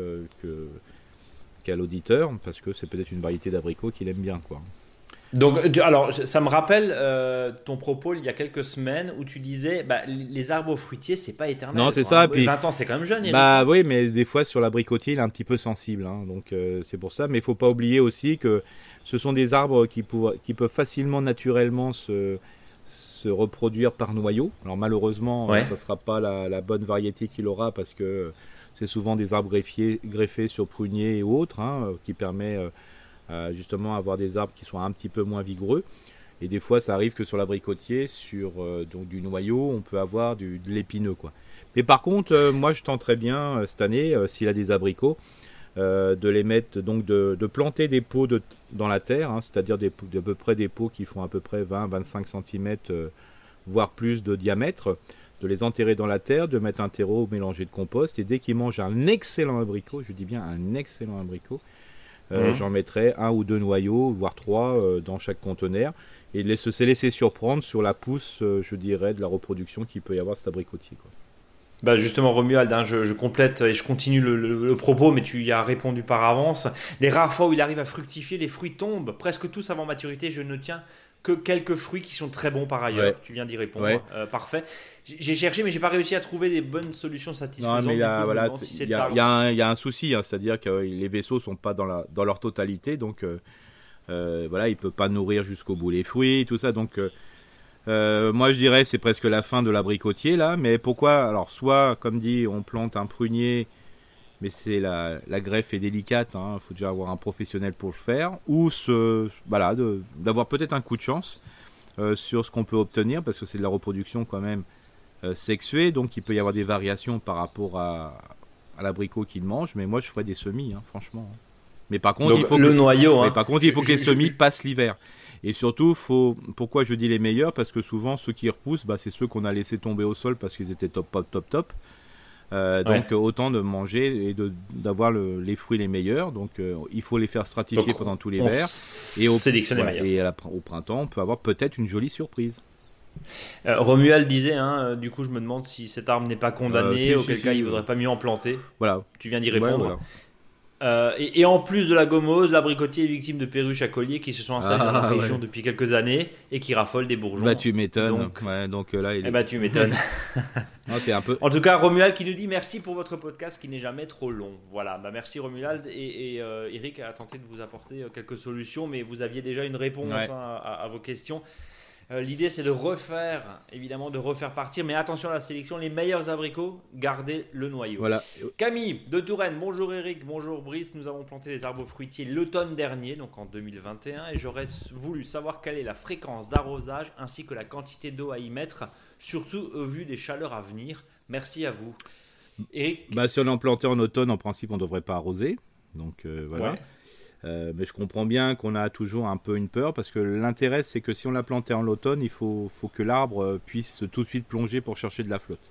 Speaker 2: qu'a l'auditeur, parce que c'est peut-être une variété d'abricot qu'il aime bien, quoi.
Speaker 1: Donc, alors, ça me rappelle ton propos il y a quelques semaines où tu disais les arbres fruitiers, c'est pas éternel.
Speaker 2: Non, c'est ça.
Speaker 1: Puis 20 ans, c'est quand même jeune.
Speaker 2: Eric. Oui, mais des fois sur l'abricotier, il est un petit peu sensible, donc c'est pour ça. Mais il faut pas oublier aussi que ce sont des arbres qui peuvent facilement, naturellement se reproduire par noyau. Alors malheureusement, ça sera pas la bonne variété qu'il aura parce que c'est souvent des arbres greffés sur pruniers et autres, qui permet justement avoir des arbres qui sont un petit peu moins vigoureux. Et des fois, ça arrive que sur l'abricotier, sur donc du noyau, on peut avoir de l'épineux, quoi. Mais par contre, moi, je tenterais bien cette année, s'il a des abricots, de les mettre, donc de planter des pots dans la terre, c'est-à-dire à peu près des pots qui font à peu près 20-25 cm, voire plus de diamètre, de les enterrer dans la terre, de mettre un terreau mélangé de compost, et dès qu'ils mangent un excellent abricot, je dis bien un excellent abricot, j'en mettrai 1 ou 2 noyaux, voire 3 dans chaque conteneur, et se laisser surprendre sur la pousse, je dirais, de la reproduction qu'il peut y avoir cet abricotier, quoi.
Speaker 1: Justement, Romuald, je complète et je continue le propos, mais tu y as répondu par avance. Les rares fois où il arrive à fructifier, les fruits tombent presque tous avant maturité. Je ne tiens que quelques fruits qui sont très bons par ailleurs. Ouais. Tu viens d'y répondre. Ouais. Parfait. J'ai cherché, mais j'ai pas réussi à trouver des bonnes solutions satisfaisantes.
Speaker 2: Non, mais il y a un souci, c'est-à-dire que les vaisseaux sont pas dans leur totalité, donc il peut pas nourrir jusqu'au bout les fruits, tout ça, donc. Moi je dirais c'est presque la fin de l'abricotier là, mais pourquoi ? Alors soit comme dit on plante un prunier, mais c'est la greffe est délicate, faut déjà avoir un professionnel pour le faire, ou d'avoir peut-être un coup de chance sur ce qu'on peut obtenir, parce que c'est de la reproduction quand même sexuée, donc il peut y avoir des variations par rapport à l'abricot qu'il mange, mais moi je ferais des semis, franchement. Mais par contre, il faut que les semis passent l'hiver. Et surtout, pourquoi je dis les meilleurs ? Parce que souvent, ceux qui repoussent, c'est ceux qu'on a laissé tomber au sol parce qu'ils étaient top. Donc, autant de manger et d'avoir les fruits les meilleurs. Donc, il faut les faire stratifier pendant tout l'hiver.
Speaker 1: Et
Speaker 2: au printemps, on peut avoir peut-être une jolie surprise.
Speaker 1: Romuald disait, du coup, je me demande si cet arbre n'est pas condamné, auquel cas il ne vaudrait pas mieux en planter.
Speaker 2: Voilà.
Speaker 1: Tu viens d'y répondre.
Speaker 2: Ouais, voilà.
Speaker 1: Et en plus de la gommose, l'abricotier est victime de perruches à collier qui se sont installées dans la région depuis quelques années et qui raffolent des bourgeons.
Speaker 2: Bah tu m'étonnes.
Speaker 1: Donc
Speaker 2: là,
Speaker 1: tu m'étonnes.
Speaker 2: Non, c'est un peu...
Speaker 1: En tout cas, Romuald qui nous dit merci pour votre podcast qui n'est jamais trop long. Voilà, merci Romuald et Eric a tenté de vous apporter quelques solutions, mais vous aviez déjà une réponse à vos questions. L'idée c'est de refaire partir, mais attention à la sélection, les meilleurs abricots, gardez le noyau.
Speaker 2: Voilà.
Speaker 1: Camille de Touraine, bonjour Eric, bonjour Brice, nous avons planté des arbres fruitiers l'automne dernier, donc en 2021, et j'aurais voulu savoir quelle est la fréquence d'arrosage ainsi que la quantité d'eau à y mettre, surtout au vu des chaleurs à venir. Merci à vous. Eric.
Speaker 2: Si on en plantait en automne, en principe on ne devrait pas arroser, donc voilà. Ouais. Mais je comprends bien qu'on a toujours un peu une peur parce que l'intérêt c'est que si on l'a planté en automne, il faut que l'arbre puisse tout de suite plonger pour chercher de la flotte.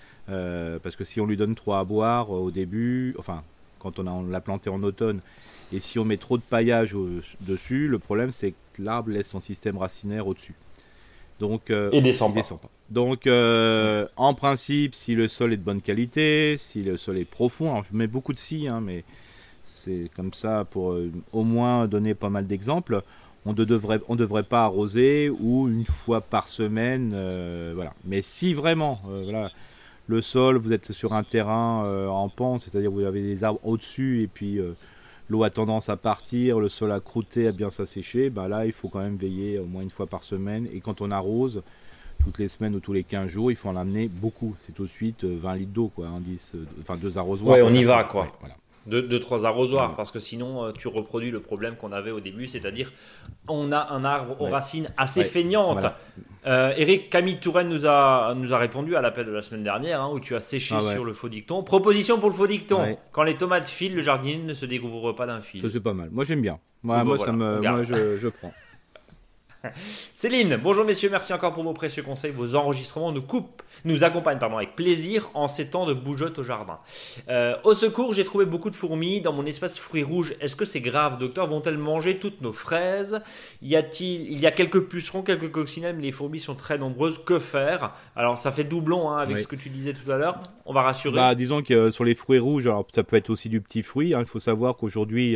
Speaker 2: Parce que si on lui donne trop à boire au début, enfin quand on l'a planté en automne, et si on met trop de paillage dessus, le problème c'est que l'arbre laisse son système racinaire au-dessus. Donc,
Speaker 1: il descend pas.
Speaker 2: Donc en principe, si le sol est de bonne qualité, si le sol est profond, alors je mets beaucoup de scie, mais c'est comme ça pour au moins donner pas mal d'exemples. On ne devrait pas arroser ou une fois par semaine, voilà. Mais si vraiment, le sol, vous êtes sur un terrain en pente, c'est-à-dire vous avez des arbres au-dessus et puis l'eau a tendance à partir, le sol a croûté, à bien s'assécher, là il faut quand même veiller au moins une fois par semaine. Et quand on arrose, toutes les semaines ou tous les 15 jours, il faut en amener beaucoup. C'est tout de suite 20 litres d'eau, quoi, 2 arrosoirs.
Speaker 1: Ouais, on y va, quoi.
Speaker 2: Ouais, voilà.
Speaker 1: 2-3 arrosoirs, parce que sinon tu reproduis le problème qu'on avait au début, c'est-à-dire on a un arbre aux racines assez feignantes. Voilà. Eric, Camille Touraine nous a répondu à l'appel de la semaine dernière, où tu as séché sur le faux dicton. Proposition pour le faux dicton. Quand les tomates filent, le jardinier ne se découvre pas d'un fil.
Speaker 2: Ça c'est pas mal. Moi j'aime bien. Moi je prends.
Speaker 1: Céline, bonjour messieurs, merci encore pour vos précieux conseils. Vos enregistrements nous accompagnent avec plaisir en ces temps de bougeotte au jardin. Au secours, j'ai trouvé beaucoup de fourmis dans mon espace fruits rouges. Est-ce que c'est grave, docteur? Vont-elles manger toutes nos fraises? Il y a quelques pucerons, quelques coccinelles, mais les fourmis sont très nombreuses. Que faire? Alors ça fait doublon avec ce que tu disais tout à l'heure. On va rassurer.
Speaker 2: Disons que sur les fruits rouges, alors ça peut être aussi du petit fruit. Il faut savoir qu'aujourd'hui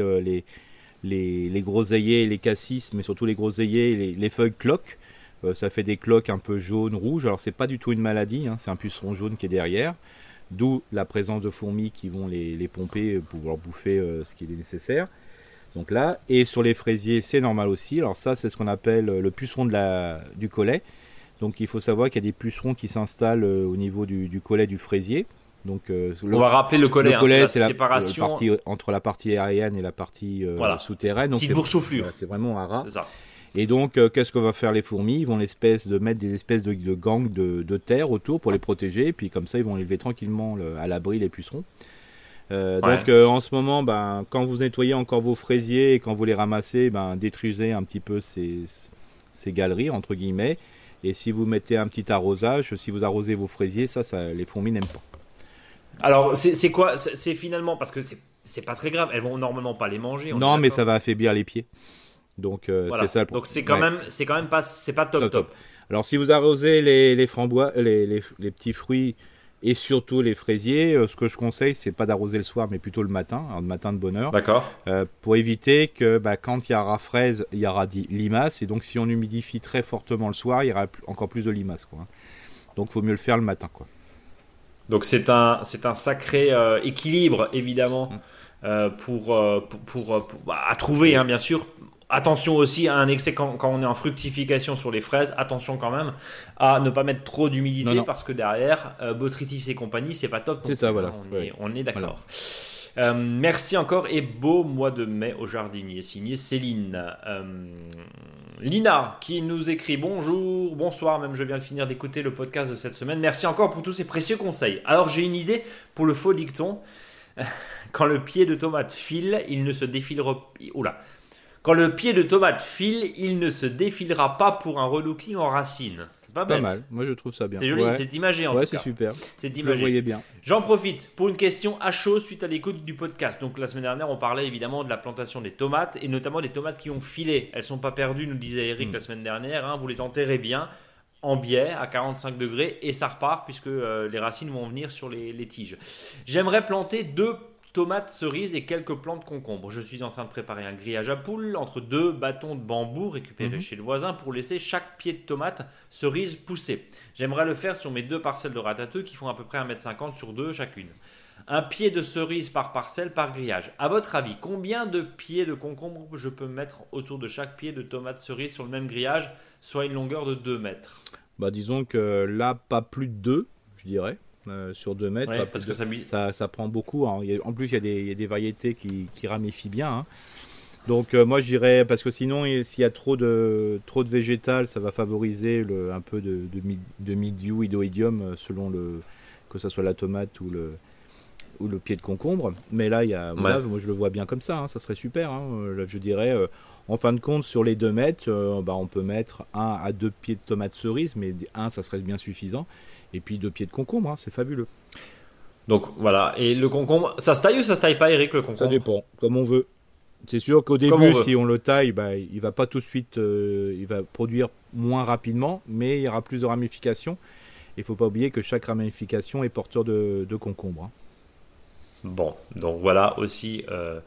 Speaker 2: les groseilliers et les cassis, mais surtout les groseilliers, les feuilles cloquent. Ça fait des cloques un peu jaunes, rouges. Alors c'est pas du tout une maladie, c'est un puceron jaune qui est derrière. D'où la présence de fourmis qui vont les pomper pour leur bouffer ce qu'il est nécessaire. Donc là, et sur les fraisiers, c'est normal aussi. Alors ça, c'est ce qu'on appelle le puceron du collet. Donc il faut savoir qu'il y a des pucerons qui s'installent au niveau du collet du fraisier. Donc,
Speaker 1: on va rappeler le collet,
Speaker 2: c'est la séparation entre la partie aérienne et la partie souterraine. Donc
Speaker 1: petite boursouflure.
Speaker 2: C'est vraiment un rat. Et donc, qu'est-ce qu'on va faire les fourmis? Ils vont mettre des espèces de gangs de terre autour pour les protéger. Et puis comme ça, ils vont élever tranquillement à l'abri les pucerons. Donc en ce moment, quand vous nettoyez encore vos fraisiers et quand vous les ramassez, détruisez un petit peu ces galeries, entre guillemets. Et si vous mettez un petit arrosage, si vous arrosez vos fraisiers, ça les fourmis n'aiment pas.
Speaker 1: Alors, c'est quoi? C'est finalement, parce que c'est pas très grave, elles vont normalement pas les manger.
Speaker 2: Non, mais ça va affaiblir les pieds. Donc,
Speaker 1: voilà.
Speaker 2: c'est ça.
Speaker 1: Donc, c'est quand même pas, c'est pas top.
Speaker 2: Alors, si vous arrosez les framboises, les petits fruits et surtout les fraisiers, ce que je conseille, c'est pas d'arroser le soir, mais plutôt le matin, le matin de bonne heure.
Speaker 1: D'accord.
Speaker 2: Pour éviter que quand il y aura fraise, il y aura limaces. Et donc, si on humidifie très fortement le soir, il y aura encore plus de limaces, quoi. Donc, il vaut mieux le faire le matin, quoi.
Speaker 1: Donc c'est un sacré équilibre évidemment à trouver, bien sûr. Attention aussi à un excès quand on est en fructification sur les fraises. Attention quand même à ne pas mettre trop d'humidité parce que derrière botrytis et compagnie c'est pas top.
Speaker 2: C'est ça, voilà.
Speaker 1: On est d'accord. Voilà. Merci encore et beau mois de mai au jardinier. Signé Céline. Lina qui nous écrit bonjour, bonsoir, même je viens de finir d'écouter le podcast de cette semaine. Merci encore pour tous ces précieux conseils. Alors j'ai une idée pour le faux dicton. Quand le pied de tomate file, il ne se défilera. Quand le pied de tomate file, il ne se défilera pas pour un relooking en racine. C'est pas bête.
Speaker 2: Mal. Moi je trouve ça bien.
Speaker 1: C'est joli, c'est imagé en tout cas.
Speaker 2: C'est super.
Speaker 1: C'est imagé.
Speaker 2: Vous voyez bien.
Speaker 1: J'en profite pour une question à chaud suite à l'écoute du podcast. Donc la semaine dernière, on parlait évidemment de la plantation des tomates et notamment des tomates qui ont filé. Elles sont pas perdues, nous disait Eric la semaine dernière. Vous les enterrez bien en biais à 45 degrés et ça repart puisque les racines vont venir sur les tiges. J'aimerais planter 2 tomates cerises et quelques plants de concombre. Je suis en train de préparer un grillage à poules entre 2 bâtons de bambou récupérés chez le voisin pour laisser chaque pied de tomate cerise pousser. J'aimerais le faire sur mes 2 parcelles de ratatouille qui font à peu près 1,50 m sur 2 chacune. Un pied de cerise par parcelle par grillage. À votre avis, combien de pieds de concombre je peux mettre autour de chaque pied de tomate cerise sur le même grillage, soit une longueur de 2 mètres?
Speaker 2: Disons que là, pas plus de 2, je dirais. Sur 2 mètres,
Speaker 1: ouais, parce que
Speaker 2: ça prend beaucoup. Hein. En plus, il y a des variétés qui ramifient bien. Hein. Donc, moi, je dirais, parce que sinon, s'il y a trop de végétal, ça va favoriser un peu de mildiou, idoïdium, selon que ce soit la tomate ou le pied de concombre. Mais là, moi, je le vois bien comme ça. Hein. Ça serait super. Hein. Là, je dirais, en fin de compte, sur les 2 mètres, on peut mettre 1 à 2 pieds de tomates cerises, mais ça serait bien suffisant. Et puis 2 pieds de concombre, hein, c'est fabuleux.
Speaker 1: Donc voilà, et le concombre, ça se taille ou ça se taille pas, Eric, le concombre? Ça
Speaker 2: dépend, comme on veut. C'est sûr qu'au début, si on le taille, il va pas tout de suite, il va produire moins rapidement, mais il y aura plus de ramifications. Il faut pas oublier que chaque ramification est porteur de concombre. Hein.
Speaker 1: Bon, donc voilà aussi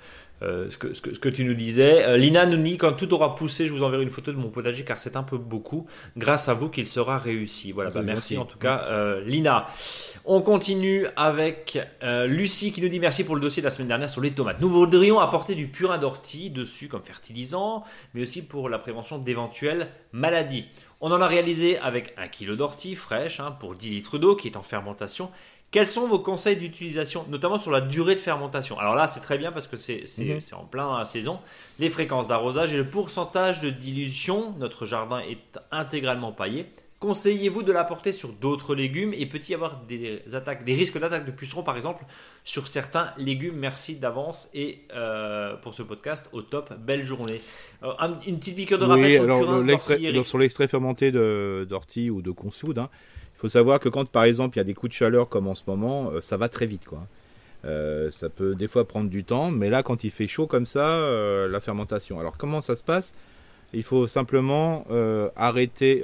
Speaker 1: ce que tu nous disais. Lina nous dit, quand tout aura poussé, je vous enverrai une photo de mon potager car c'est un peu beaucoup. Grâce à vous qu'il sera réussi. Voilà, merci en tout cas, Lina. On continue avec Lucie qui nous dit merci pour le dossier de la semaine dernière sur les tomates. Nous voudrions apporter du purin d'ortie dessus comme fertilisant, mais aussi pour la prévention d'éventuelles maladies. On en a réalisé avec 1 kg d'ortie fraîche pour 10 litres d'eau qui est en fermentation. Quels sont vos conseils d'utilisation, notamment sur la durée de fermentation? Alors là, c'est très bien parce que c'est en plein saison. Les fréquences d'arrosage et le pourcentage de dilution. Notre jardin est intégralement paillé. Conseillez-vous de l'apporter sur d'autres légumes et peut-il y avoir des risques d'attaque de pucerons, par exemple, sur certains légumes? Merci d'avance et pour ce podcast, au top, belle journée. Une petite piqûre de rappel sur le purin d'ortie.
Speaker 2: Sur l'extrait fermenté d'ortie ou de consoude, hein. Il faut savoir que quand, par exemple, il y a des coups de chaleur comme en ce moment, ça va très vite, quoi. Ça peut des fois prendre du temps, mais là, quand il fait chaud comme ça, la fermentation. Alors, comment ça se passe? Il faut simplement arrêter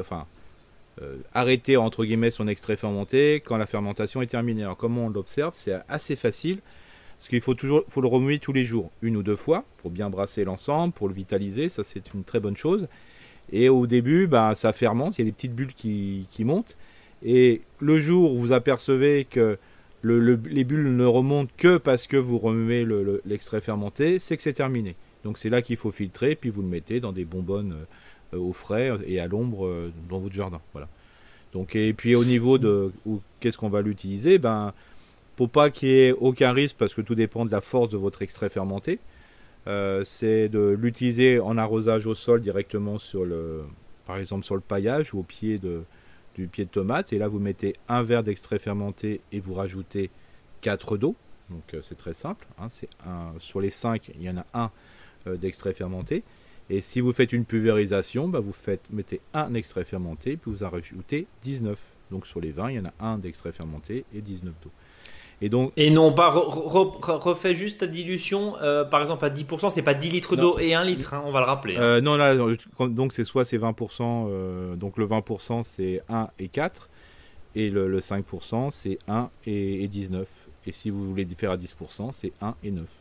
Speaker 2: entre guillemets son extrait fermenté quand la fermentation est terminée. Alors, comment on l'observe? C'est assez facile, parce qu'il faut le remuer tous les jours, 1 ou 2 fois, pour bien brasser l'ensemble, pour le vitaliser. Ça, c'est une très bonne chose. Et au début, ça fermente, il y a des petites bulles qui montent. Et le jour où vous apercevez que les bulles ne remontent que parce que vous remuez l'extrait fermenté, c'est que c'est terminé. Donc c'est là qu'il faut filtrer, puis vous le mettez dans des bonbonnes au frais et à l'ombre dans votre jardin. Voilà. Donc, et puis au niveau de qu'est-ce qu'on va l'utiliser, pour pas qu'il y ait aucun risque, parce que tout dépend de la force de votre extrait fermenté, c'est de l'utiliser en arrosage au sol directement par exemple sur le paillage ou au pied du pied de tomate, et là vous mettez 1 verre d'extrait fermenté et vous rajoutez 4 d'eau. Donc c'est très simple, hein, sur les 5 il y en a 1 d'extrait fermenté, et si vous faites une pulvérisation, vous mettez 1 extrait fermenté puis vous en rajoutez 19. Donc sur les 20 il y en a 1 d'extrait fermenté et 19 d'eau. Et
Speaker 1: non pas refait juste ta dilution, par exemple à 10%, c'est pas 10 litres d'eau et 1 litre, on va le rappeler.
Speaker 2: Non, là, donc c'est 20%, donc le 20% c'est 1 et 4, et le 5% c'est 1 et 19. Et si vous voulez faire à 10%, c'est 1 et 9.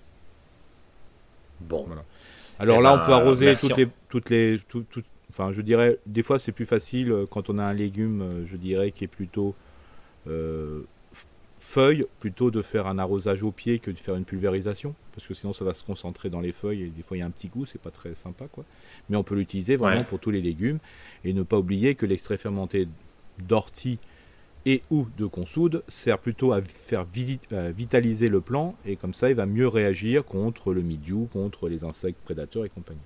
Speaker 1: Bon.
Speaker 2: Voilà. Alors là, on peut arroser enfin, je dirais, des fois c'est plus facile quand on a un légume, je dirais, qui est plutôt feuilles, plutôt de faire un arrosage au pied que de faire une pulvérisation, parce que sinon ça va se concentrer dans les feuilles et des fois il y a un petit goût, c'est pas très sympa, quoi. Mais on peut l'utiliser vraiment pour tous les légumes, et ne pas oublier que l'extrait fermenté d'ortie et ou de consoude sert plutôt à faire vitaliser le plant, et comme ça il va mieux réagir contre le mildiou, contre les insectes prédateurs et compagnie.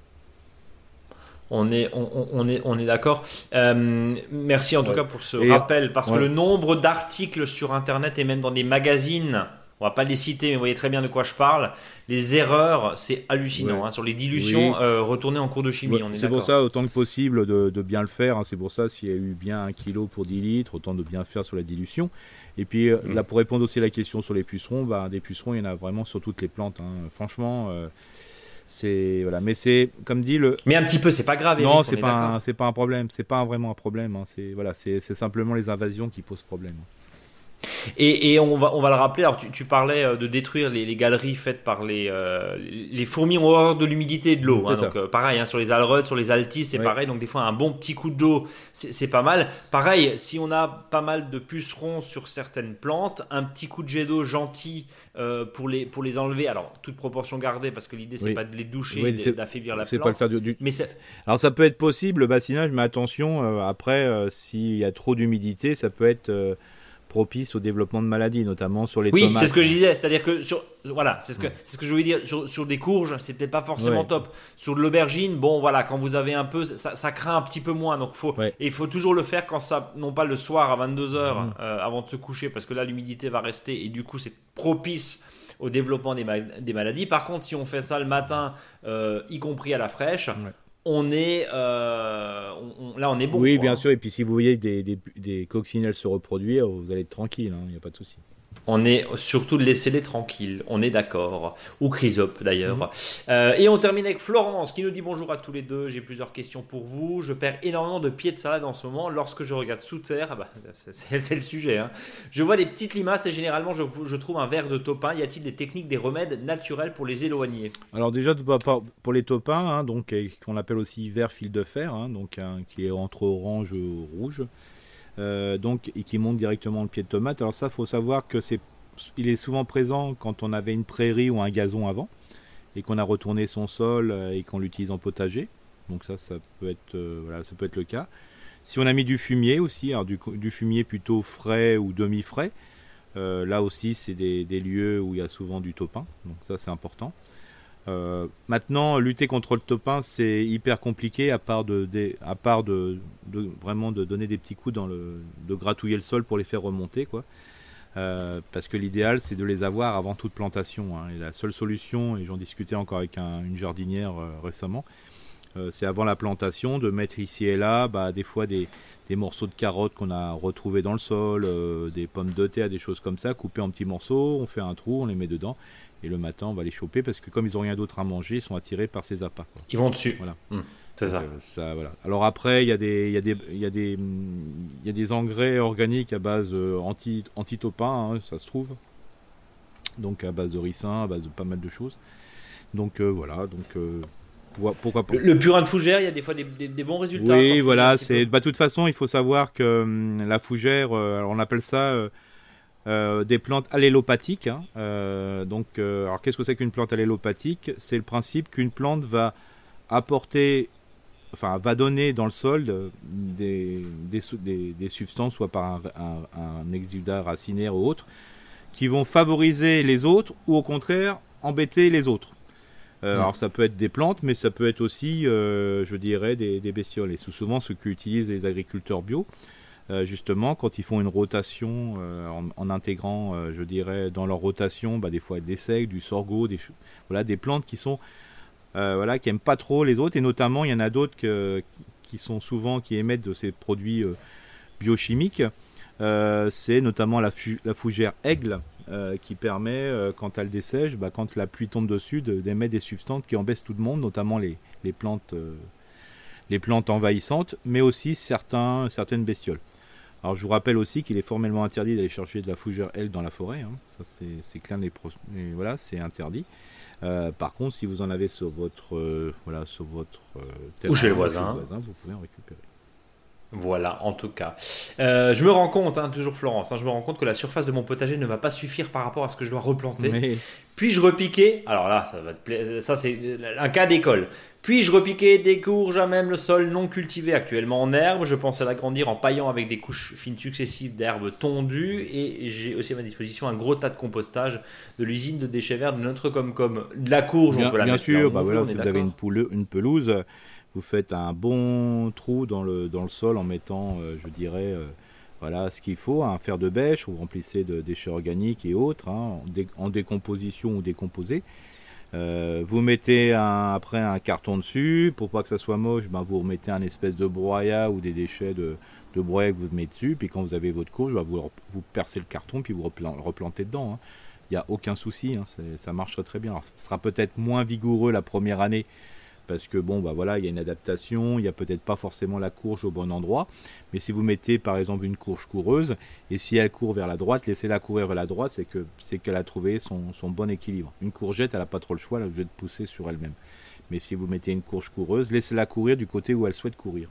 Speaker 1: On est d'accord. Merci en tout cas pour ce rappel, parce que le nombre d'articles sur Internet et même dans des magazines, on va pas les citer, mais vous voyez très bien de quoi je parle. Les erreurs, c'est hallucinant. Sur les dilutions, retourner en cours de chimie, on est d'accord.
Speaker 2: C'est pour ça, autant que possible, de bien le faire. C'est pour ça, s'il y a eu bien 1 kg pour 10 litres, autant de bien faire sur la dilution. Et puis là, pour répondre aussi à la question sur les pucerons, des pucerons, il y en a vraiment sur toutes les plantes. Franchement... voilà, mais c'est comme dit
Speaker 1: mais un petit peu, c'est pas grave, Eric,
Speaker 2: non, c'est pas un problème, c'est pas vraiment un problème, c'est simplement les invasions qui posent problème.
Speaker 1: Et on va le rappeler. Alors tu parlais de détruire les galeries faites par les fourmis ont horreur de l'humidité et de l'eau. Hein, donc pareil, hein, sur les Aleurodes, sur les Altis, c'est pareil. Donc des fois un bon petit coup d'eau, c'est pas mal. Pareil, si on a pas mal de pucerons sur certaines plantes, un petit coup de jet d'eau gentil pour les enlever. Alors toute proportion gardée, parce que l'idée c'est pas de les doucher, d'affaiblir la plante.
Speaker 2: Pas le faire Alors ça peut être possible le bassinage, mais attention, après s'il y a trop d'humidité, ça peut être propice au développement de maladies, notamment sur les tomates.
Speaker 1: Oui, c'est ce que je disais, c'est-à-dire que c'est ce que je voulais dire sur des courges, c'est peut-être pas forcément top. Sur de l'aubergine, bon voilà, quand vous avez un peu, ça craint un petit peu moins, donc il faut toujours le faire quand ça, non pas le soir à 22h avant de se coucher, parce que là l'humidité va rester et du coup c'est propice au développement des maladies. Par contre, si on fait ça le matin, y compris à la fraîche, on est là on est bon.
Speaker 2: Oui, bien sûr, et puis si vous voyez des coccinelles se reproduire, vous allez être tranquille, il n'y a pas de souci.
Speaker 1: On est surtout de laisser-les tranquilles, on est d'accord. Ou Chrysope d'ailleurs. Et on termine avec Florence qui nous dit bonjour à tous les deux. J'ai plusieurs questions pour vous. Je perds énormément de pieds de salade en ce moment. Lorsque je regarde sous terre, c'est le sujet. Hein. Je vois des petites limaces et généralement je trouve un ver de topin. Y a-t-il des techniques, des remèdes naturels pour les éloigner?
Speaker 2: Alors déjà pour les topins, donc qu'on appelle aussi ver fil de fer, donc qui est entre orange et rouge. Et qui monte directement le pied de tomate. Alors ça, faut savoir que il est souvent présent quand on avait une prairie ou un gazon avant et qu'on a retourné son sol et qu'on l'utilise en potager. Donc ça peut être ça peut être le cas. Si on a mis du fumier aussi, alors du fumier plutôt frais ou demi-frais, là aussi c'est des lieux où il y a souvent du topin. Donc ça c'est important. Maintenant, lutter contre le topin, c'est hyper compliqué à part de vraiment de donner des petits coups de gratouiller le sol pour les faire remonter, quoi. Parce que l'idéal, c'est de les avoir avant toute plantation. Et la seule solution, et j'en discutais encore avec une jardinière récemment, c'est avant la plantation de mettre ici et là, des fois des morceaux de carottes qu'on a retrouvés dans le sol, des pommes de terre, des choses comme ça, coupées en petits morceaux, on fait un trou, on les met dedans. Et le matin, on va les choper parce que comme ils n'ont rien d'autre à manger, ils sont attirés par ces appâts.
Speaker 1: Ils vont dessus.
Speaker 2: Voilà.
Speaker 1: C'est
Speaker 2: donc, ça. Voilà. Alors après, il y a des engrais organiques à base anti-topin, ça se trouve. Donc à base de ricin, à base de pas mal de choses. Donc voilà. Pourquoi pas.
Speaker 1: Le purin de fougère, il y a des fois des bons résultats.
Speaker 2: Oui, voilà. De toute façon, il faut savoir que la fougère, alors on appelle ça... des plantes allélopathiques. Alors qu'est-ce que c'est qu'une plante allélopathique? C'est le principe qu'une plante va donner dans le sol des substances, soit par un exudat racinaire ou autre, qui vont favoriser les autres ou au contraire embêter les autres. Alors ça peut être des plantes, mais ça peut être aussi, je dirais, des bestioles. Et c'est souvent ce qu'utilisent les agriculteurs bio. Justement quand ils font une rotation en intégrant je dirais dans leur rotation des fois des seigles, du sorgho, des plantes qui sont qui aiment pas trop les autres, et notamment il y en a d'autres qui émettent de ces produits biochimiques. C'est notamment la fougère aigle qui permet quand elle dessèche, quand la pluie tombe dessus, d'émettre des substances qui embêtent tout le monde, notamment les plantes envahissantes, mais aussi certaines bestioles. Alors je vous rappelle aussi qu'il est formellement interdit d'aller chercher de la fougère aigle dans la forêt. Ça c'est clair, voilà, c'est interdit. Par contre, si vous en avez sur votre terrain,
Speaker 1: ou chez le voisin,
Speaker 2: vous pouvez en récupérer.
Speaker 1: Voilà, en tout cas. Je me rends compte, toujours Florence, je me rends compte que la surface de mon potager ne va pas suffire par rapport à ce que je dois replanter.
Speaker 2: Mais...
Speaker 1: Puis-je repiquer, alors là, ça c'est un cas d'école. Puis-je repiquer des courges à même le sol non cultivé actuellement en herbe? Je pense à l'agrandir en paillant avec des couches fines successives d'herbes tondues, et j'ai aussi à ma disposition un gros tas de compostage de l'usine de déchets verts de notre Comcom. De la courge, on peut la mettre.
Speaker 2: Bien sûr, si vous avez une pelouse, vous faites un bon trou dans le sol en mettant, je dirais, ce qu'il faut, un fer de bêche, vous remplissez de déchets organiques et autres, en décomposition ou décomposés. Vous mettez après un carton dessus, pour pas que ça soit moche, vous remettez un espèce de broyat ou des déchets de broyat que vous mettez dessus, puis quand vous avez votre courge, vous percez le carton, puis vous replantez dedans. Il n'y a aucun souci, ça marche très bien. Alors, ce sera peut-être moins vigoureux la première année, parce que bon, bah voilà, il y a une adaptation, il n'y a peut-être pas forcément la courge au bon endroit, mais si vous mettez par exemple une courge coureuse, et si elle court vers la droite, laissez-la courir vers la droite, c'est qu'elle a trouvé son bon équilibre. Une courgette, elle n'a pas trop le choix, elle va de pousser sur elle-même. Mais si vous mettez une courge coureuse, laissez-la courir du côté où elle souhaite courir.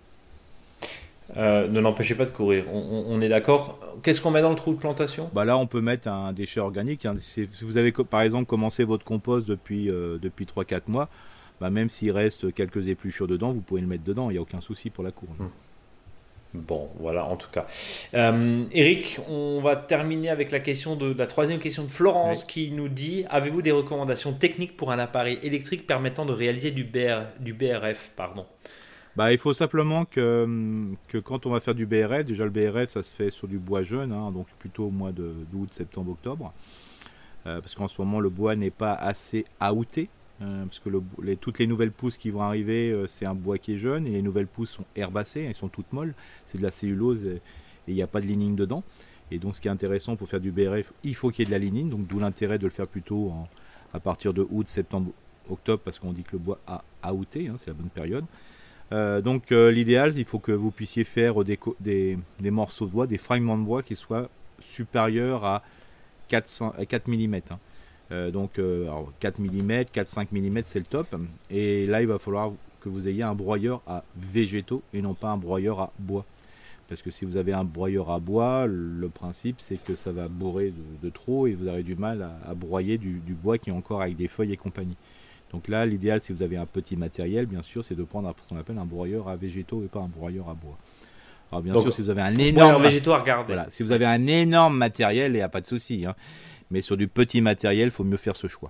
Speaker 1: Ne l'empêchez pas de courir, on est d'accord. Qu'est-ce qu'on met dans le trou de plantation?
Speaker 2: Bah là, on peut mettre un déchet organique. Hein. Si vous avez par exemple commencé votre compost depuis 3-4 mois, bah même s'il reste quelques épluchures dedans, vous pouvez le mettre dedans, il n'y a aucun souci pour la courge.
Speaker 1: Bon, voilà, en tout cas. Eric, on va terminer avec la troisième question de Florence qui nous dit: avez-vous des recommandations techniques pour un appareil électrique permettant de réaliser du BRF, pardon.
Speaker 2: Bah, il faut simplement que quand on va faire du BRF, déjà le BRF ça se fait sur du bois jeune, hein, donc plutôt au mois d'août, septembre, octobre, parce qu'en ce moment le bois n'est pas assez outé, parce que toutes les nouvelles pousses qui vont arriver, c'est un bois qui est jeune, et les nouvelles pousses sont herbacées, elles sont toutes molles, c'est de la cellulose et il n'y a pas de lignine dedans. Et donc ce qui est intéressant pour faire du BRF, il faut qu'il y ait de la lignine, donc d'où l'intérêt de le faire plutôt à partir de août, septembre, octobre, parce qu'on dit que le bois a outé, hein, c'est la bonne période. Donc l'idéal, il faut que vous puissiez faire des morceaux de bois, des fragments de bois qui soient supérieurs à 4 mm. Donc 4 mm, 4-5 mm, c'est le top. Et là, il va falloir que vous ayez un broyeur à végétaux et non pas un broyeur à bois. Parce que si vous avez un broyeur à bois, le principe c'est que ça va bourrer de trop et vous aurez du mal à broyer du bois qui est encore avec des feuilles et compagnie. Donc là, l'idéal, si vous avez un petit matériel, bien sûr, c'est de prendre ce qu'on appelle un broyeur à végétaux et pas un broyeur à bois. Alors bien sûr, si vous avez un énorme
Speaker 1: végétaux à regarder.
Speaker 2: Voilà, si vous avez un énorme matériel, il n'y a pas de souci. Hein. Mais sur du petit matériel, il faut mieux faire ce choix.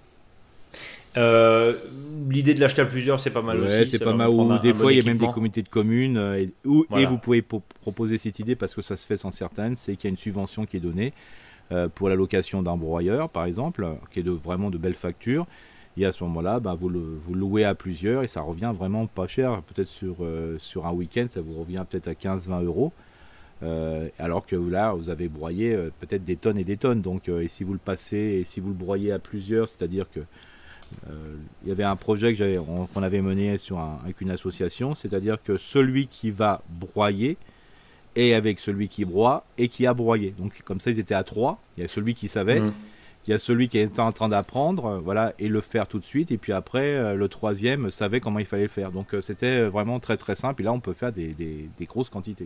Speaker 1: L'idée de l'acheter à plusieurs, c'est pas mal aussi.
Speaker 2: C'est pas mal. Ou des fois, il y a même des comités de communes. Et vous pouvez proposer cette idée parce que ça se fait sans certaines. C'est qu'il y a une subvention qui est donnée pour la location d'un broyeur, par exemple, qui est vraiment de belles factures. Et à ce moment-là, vous louez à plusieurs et ça revient vraiment pas cher. Peut-être sur un week-end, ça vous revient peut-être à 15-20 euros. Alors que là, vous avez broyé peut-être des tonnes et des tonnes. Donc, et si vous le passez et si vous le broyez à plusieurs, c'est-à-dire que il y avait un projet qu'on avait mené avec une association, c'est-à-dire que celui qui va broyer est avec celui qui broie et qui a broyé. Donc, comme ça, ils étaient à 3. Il y a celui qui savait. Il y a celui qui était en train d'apprendre, voilà, et le faire tout de suite. Et puis après, le troisième savait comment il fallait le faire. Donc c'était vraiment très très simple. Et là, on peut faire des grosses quantités.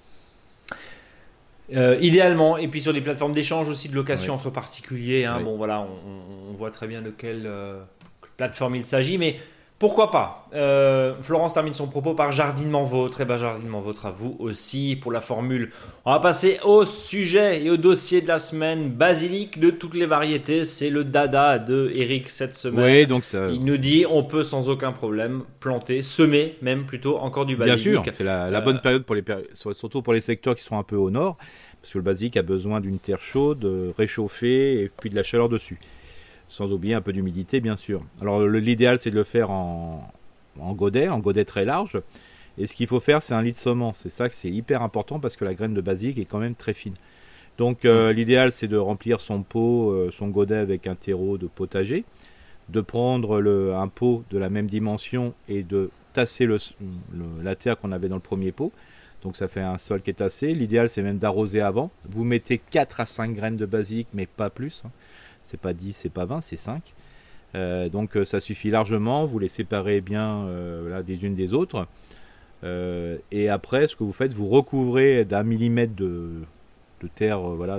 Speaker 1: Idéalement, et puis sur les plateformes d'échange aussi, de location entre particuliers. Hein, bon, voilà, on voit très bien de quelle plateforme il s'agit, mais pourquoi pas. Florence termine son propos par jardinement vôtre. Et jardinement vôtre à vous aussi pour la formule. On va passer au sujet et au dossier de la semaine. Basilic de toutes les variétés, c'est le dada de Eric cette semaine.
Speaker 2: Oui, donc
Speaker 1: il nous dit on peut sans aucun problème planter, semer même plutôt encore du basilic.
Speaker 2: Bien sûr, c'est la bonne période surtout pour les secteurs qui sont un peu au nord, parce que le basilic a besoin d'une terre chaude, réchauffée et puis de la chaleur dessus. Sans oublier un peu d'humidité, bien sûr. Alors, l'idéal, c'est de le faire en godet très large. Et ce qu'il faut faire, c'est un lit de semence. C'est ça que c'est hyper important parce que la graine de basilic est quand même très fine. Donc, l'idéal, c'est de remplir son pot, son godet avec un terreau de potager, de prendre un pot de la même dimension et de tasser la terre qu'on avait dans le premier pot. Donc, ça fait un sol qui est tassé. L'idéal, c'est même d'arroser avant. Vous mettez 4 à 5 graines de basilic, mais pas plus. C'est pas 10, c'est pas 20, c'est 5. Donc ça suffit largement. Vous les séparez bien des unes des autres. Et après, ce que vous faites, vous recouvrez d'1 millimètre de terre,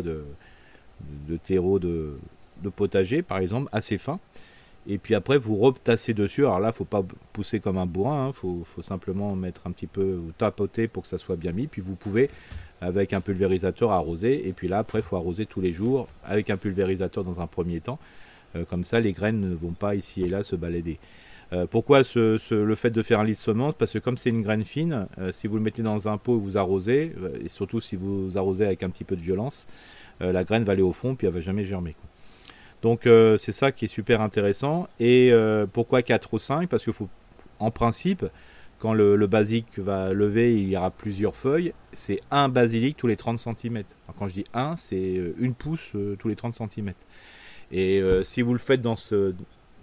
Speaker 2: de terreau de potager, par exemple, assez fin. Et puis après, vous retassez dessus. Alors là, il ne faut pas pousser comme un bourrin. Faut simplement mettre un petit peu, tapoter pour que ça soit bien mis. Puis vous pouvez, avec un pulvérisateur, arroser. Et puis là, après, il faut arroser tous les jours avec un pulvérisateur dans un premier temps. Comme ça, les graines ne vont pas ici et là se balader. Pourquoi le fait de faire un lit de semence? Parce que comme c'est une graine fine, si vous le mettez dans un pot et vous arrosez, et surtout si vous arrosez avec un petit peu de violence, la graine va aller au fond puis elle ne va jamais germer, quoi. Donc c'est ça qui est super intéressant. Et pourquoi 4 ou 5? Parce qu'il faut, en principe, quand le basilic va lever, il y aura plusieurs feuilles. C'est un basilic tous les 30 cm. Alors, quand je dis un, c'est une pousse tous les 30 cm. Et si vous le faites dans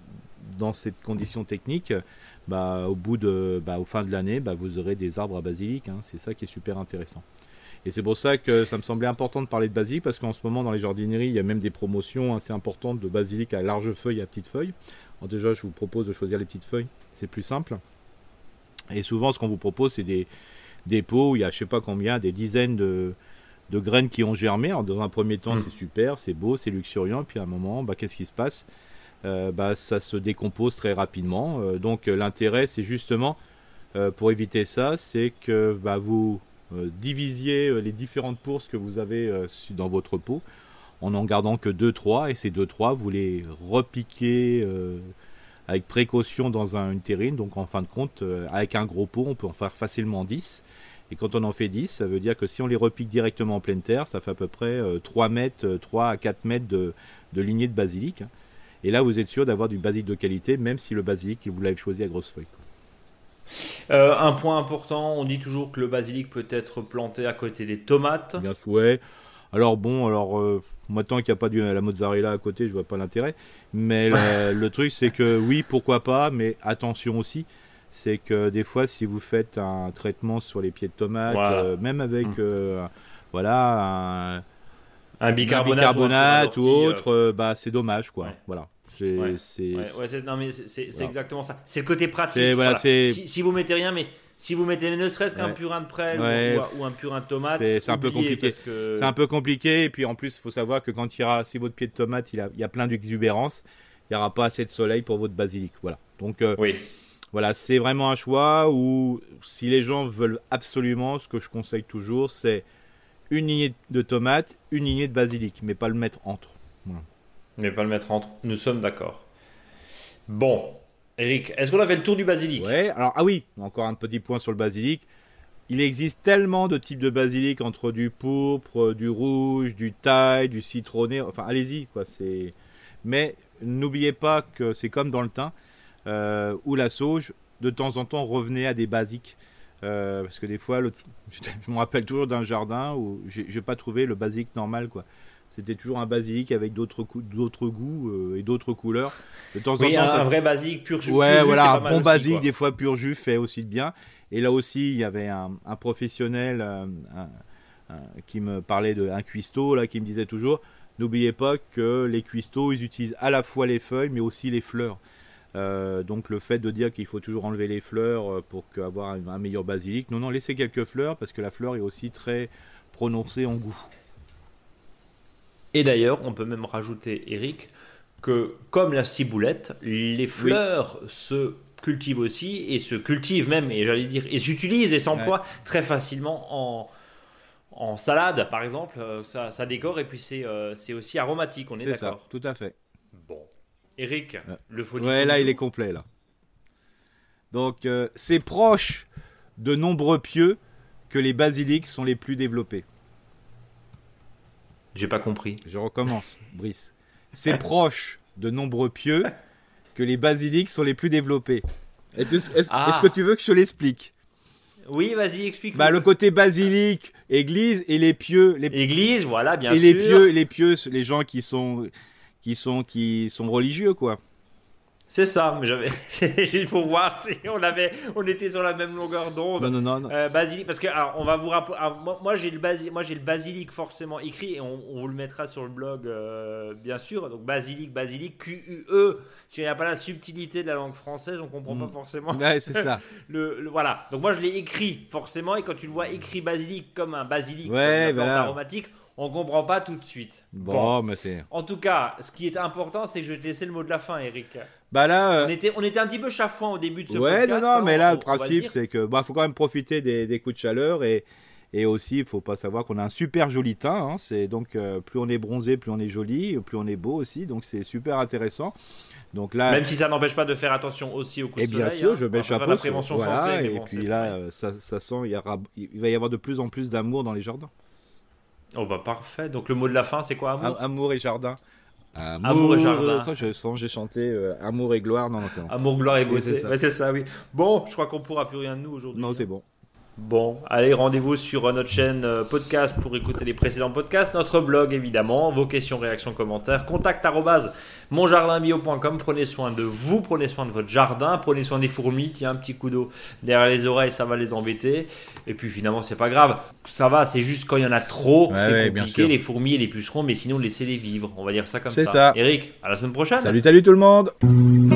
Speaker 2: dans cette condition technique, au fin de l'année, vous aurez des arbres à basilic. Hein. C'est ça qui est super intéressant. Et c'est pour ça que ça me semblait important de parler de basilic, parce qu'en ce moment dans les jardineries, il y a même des promotions assez importantes de basilic à large feuille et à petite feuille. Alors déjà, je vous propose de choisir les petites feuilles, c'est plus simple. Et souvent, ce qu'on vous propose, c'est des pots où il y a je sais pas combien, des dizaines de graines qui ont germé. Alors dans un premier temps, c'est super, c'est beau, c'est luxuriant. Et puis à un moment, qu'est-ce qui se passe ? Ça se décompose très rapidement. Donc l'intérêt, c'est justement, pour éviter ça, c'est que vous divisiez les différentes bourses que vous avez dans votre pot en gardant que 2-3, et ces 2-3 vous les repiquez avec précaution dans une terrine. Donc en fin de compte, avec un gros pot, on peut en faire facilement 10, et quand on en fait 10, ça veut dire que si on les repique directement en pleine terre, ça fait à peu près 3 à 4 mètres de lignée de basilic, et là vous êtes sûr d'avoir du basilic de qualité, même si le basilic vous l'avez choisi à grosse feuille.
Speaker 1: Un point important, on dit toujours que le basilic peut être planté à côté des tomates.
Speaker 2: Bien sûr, ouais. Alors maintenant qu'il n'y a pas la mozzarella à côté, je vois pas l'intérêt. Mais le truc, c'est que oui, pourquoi pas, mais attention aussi, c'est que des fois, si vous faites un traitement sur les pieds de tomates,
Speaker 1: voilà.
Speaker 2: Même avec
Speaker 1: un bicarbonate
Speaker 2: ou autre, c'est dommage, quoi.
Speaker 1: Ouais.
Speaker 2: Voilà.
Speaker 1: C'est exactement ça. C'est le côté pratique. Si vous mettez rien, mais si vous mettez ne serait-ce qu'un purin de prêle ou un purin de tomate,
Speaker 2: c'est un peu compliqué. C'est un peu compliqué. Et puis en plus, il faut savoir que si votre pied de tomate il y a plein d'exubérance, il n'y aura pas assez de soleil pour votre basilic. Voilà. Donc voilà, c'est vraiment un choix où si les gens veulent absolument, ce que je conseille toujours, c'est une lignée de tomates, une lignée de basilic, mais pas le mettre entre. Voilà.
Speaker 1: Mais pas le mettre entre. Nous sommes d'accord. Bon, Eric, est-ce qu'on a fait le tour du basilic ?
Speaker 2: Ouais, alors, oui, encore un petit point sur le basilic. Il existe tellement de types de basilic, entre du pourpre, du rouge, du thaï, du citronné. Enfin, allez-y, quoi. Mais n'oubliez pas que c'est comme dans le thym ou la sauge. De temps en temps, revenez à des basiques. Parce que des fois, je me rappelle toujours d'un jardin où j'ai pas trouvé le basilic normal, quoi. C'était toujours un basilic avec d'autres goûts et d'autres couleurs. De temps en temps,
Speaker 1: un vrai basilic pur jus.
Speaker 2: Ouais, voilà, un bon basilic, des fois pur jus, fait aussi de bien. Et là aussi, il y avait un professionnel qui me parlait d'un cuistot, là, qui me disait toujours, n'oubliez pas que les cuistots, ils utilisent à la fois les feuilles, mais aussi les fleurs. Donc le fait de dire qu'il faut toujours enlever les fleurs pour avoir un meilleur basilic, non, laissez quelques fleurs, parce que la fleur est aussi très prononcée en goût.
Speaker 1: Et d'ailleurs, on peut même rajouter, Eric, que comme la ciboulette, les fleurs se cultivent aussi, et se cultivent même, et j'allais dire, et s'utilisent et s'emploient très facilement en salade, par exemple. Ça décore, et puis c'est aussi aromatique, on est d'accord.
Speaker 2: C'est ça, tout à fait.
Speaker 1: Bon. Eric, le faux
Speaker 2: Ouais, là, il est complet, là. Donc, c'est proche de nombreux pieux que les basilics sont les plus développés.
Speaker 1: J'ai pas compris.
Speaker 2: Je recommence, Brice. C'est proche de nombreux pieux que les basilics sont les plus développés. Est-ce que tu veux que je te l'explique ?
Speaker 1: Oui, vas-y, explique-moi.
Speaker 2: Le côté basilic, église, et les pieux.
Speaker 1: Église, voilà, bien
Speaker 2: sûr.
Speaker 1: Et
Speaker 2: les pieux, les gens qui sont religieux, quoi.
Speaker 1: C'est ça, mais j'avais juste pour voir si on était sur la même longueur d'onde.
Speaker 2: Non.
Speaker 1: Basilic, parce que alors, on va vous rappeler. Moi j'ai le basilic forcément écrit, et on vous le mettra sur le blog, bien sûr. Donc basilic, QUE. S'il n'y a pas la subtilité de la langue française, on comprend pas forcément.
Speaker 2: Ouais, c'est ça.
Speaker 1: Voilà. Donc moi je l'ai écrit forcément, et quand tu le vois écrit basilic comme un basilic, comme
Speaker 2: une
Speaker 1: plante aromatique, on comprend pas tout de suite.
Speaker 2: Bon, mais c'est.
Speaker 1: En tout cas, ce qui est important, c'est que je vais te laisser le mot de la fin, Eric.
Speaker 2: Là,
Speaker 1: on était un petit peu chafouin au début de ce podcast.
Speaker 2: Mais là, le principe, c'est que faut quand même profiter des coups de chaleur, et aussi, il faut pas savoir qu'on a un super joli teint. Hein, c'est donc plus on est bronzé, plus on est joli, plus on est beau aussi. Donc c'est super intéressant. Donc là,
Speaker 1: même si ça n'empêche pas de faire attention aussi aux coups de soleil.
Speaker 2: Et bien sûr, je mets le chapeau.
Speaker 1: La prévention santé. Mais
Speaker 2: et puis là, ça sent, il va y avoir de plus en plus d'amour dans les jardins.
Speaker 1: Oh parfait. Donc le mot de la fin, c'est quoi, amour ?
Speaker 2: Amour et jardin.
Speaker 1: Amour et jardin.
Speaker 2: Attends, j'ai chanté Amour et gloire. Non.
Speaker 1: Amour, gloire et beauté. C'est ça, oui. Bon, je crois qu'on pourra plus rien de nous aujourd'hui.
Speaker 2: Non, c'est bon.
Speaker 1: Bon, allez, rendez-vous sur notre chaîne podcast pour écouter les précédents podcasts, notre blog évidemment, vos questions, réactions, commentaires, contact@monjardinbio.com. Prenez soin de vous, prenez soin de votre jardin, prenez soin des fourmis, tiens un petit coup d'eau derrière les oreilles, ça va les embêter. Et puis finalement, c'est pas grave, ça va, c'est juste quand il y en a trop, c'est compliqué, les fourmis et les pucerons, mais sinon laissez-les vivre, on va dire ça comme ça.
Speaker 2: C'est ça.
Speaker 1: Eric, à la semaine prochaine.
Speaker 2: Salut tout le monde.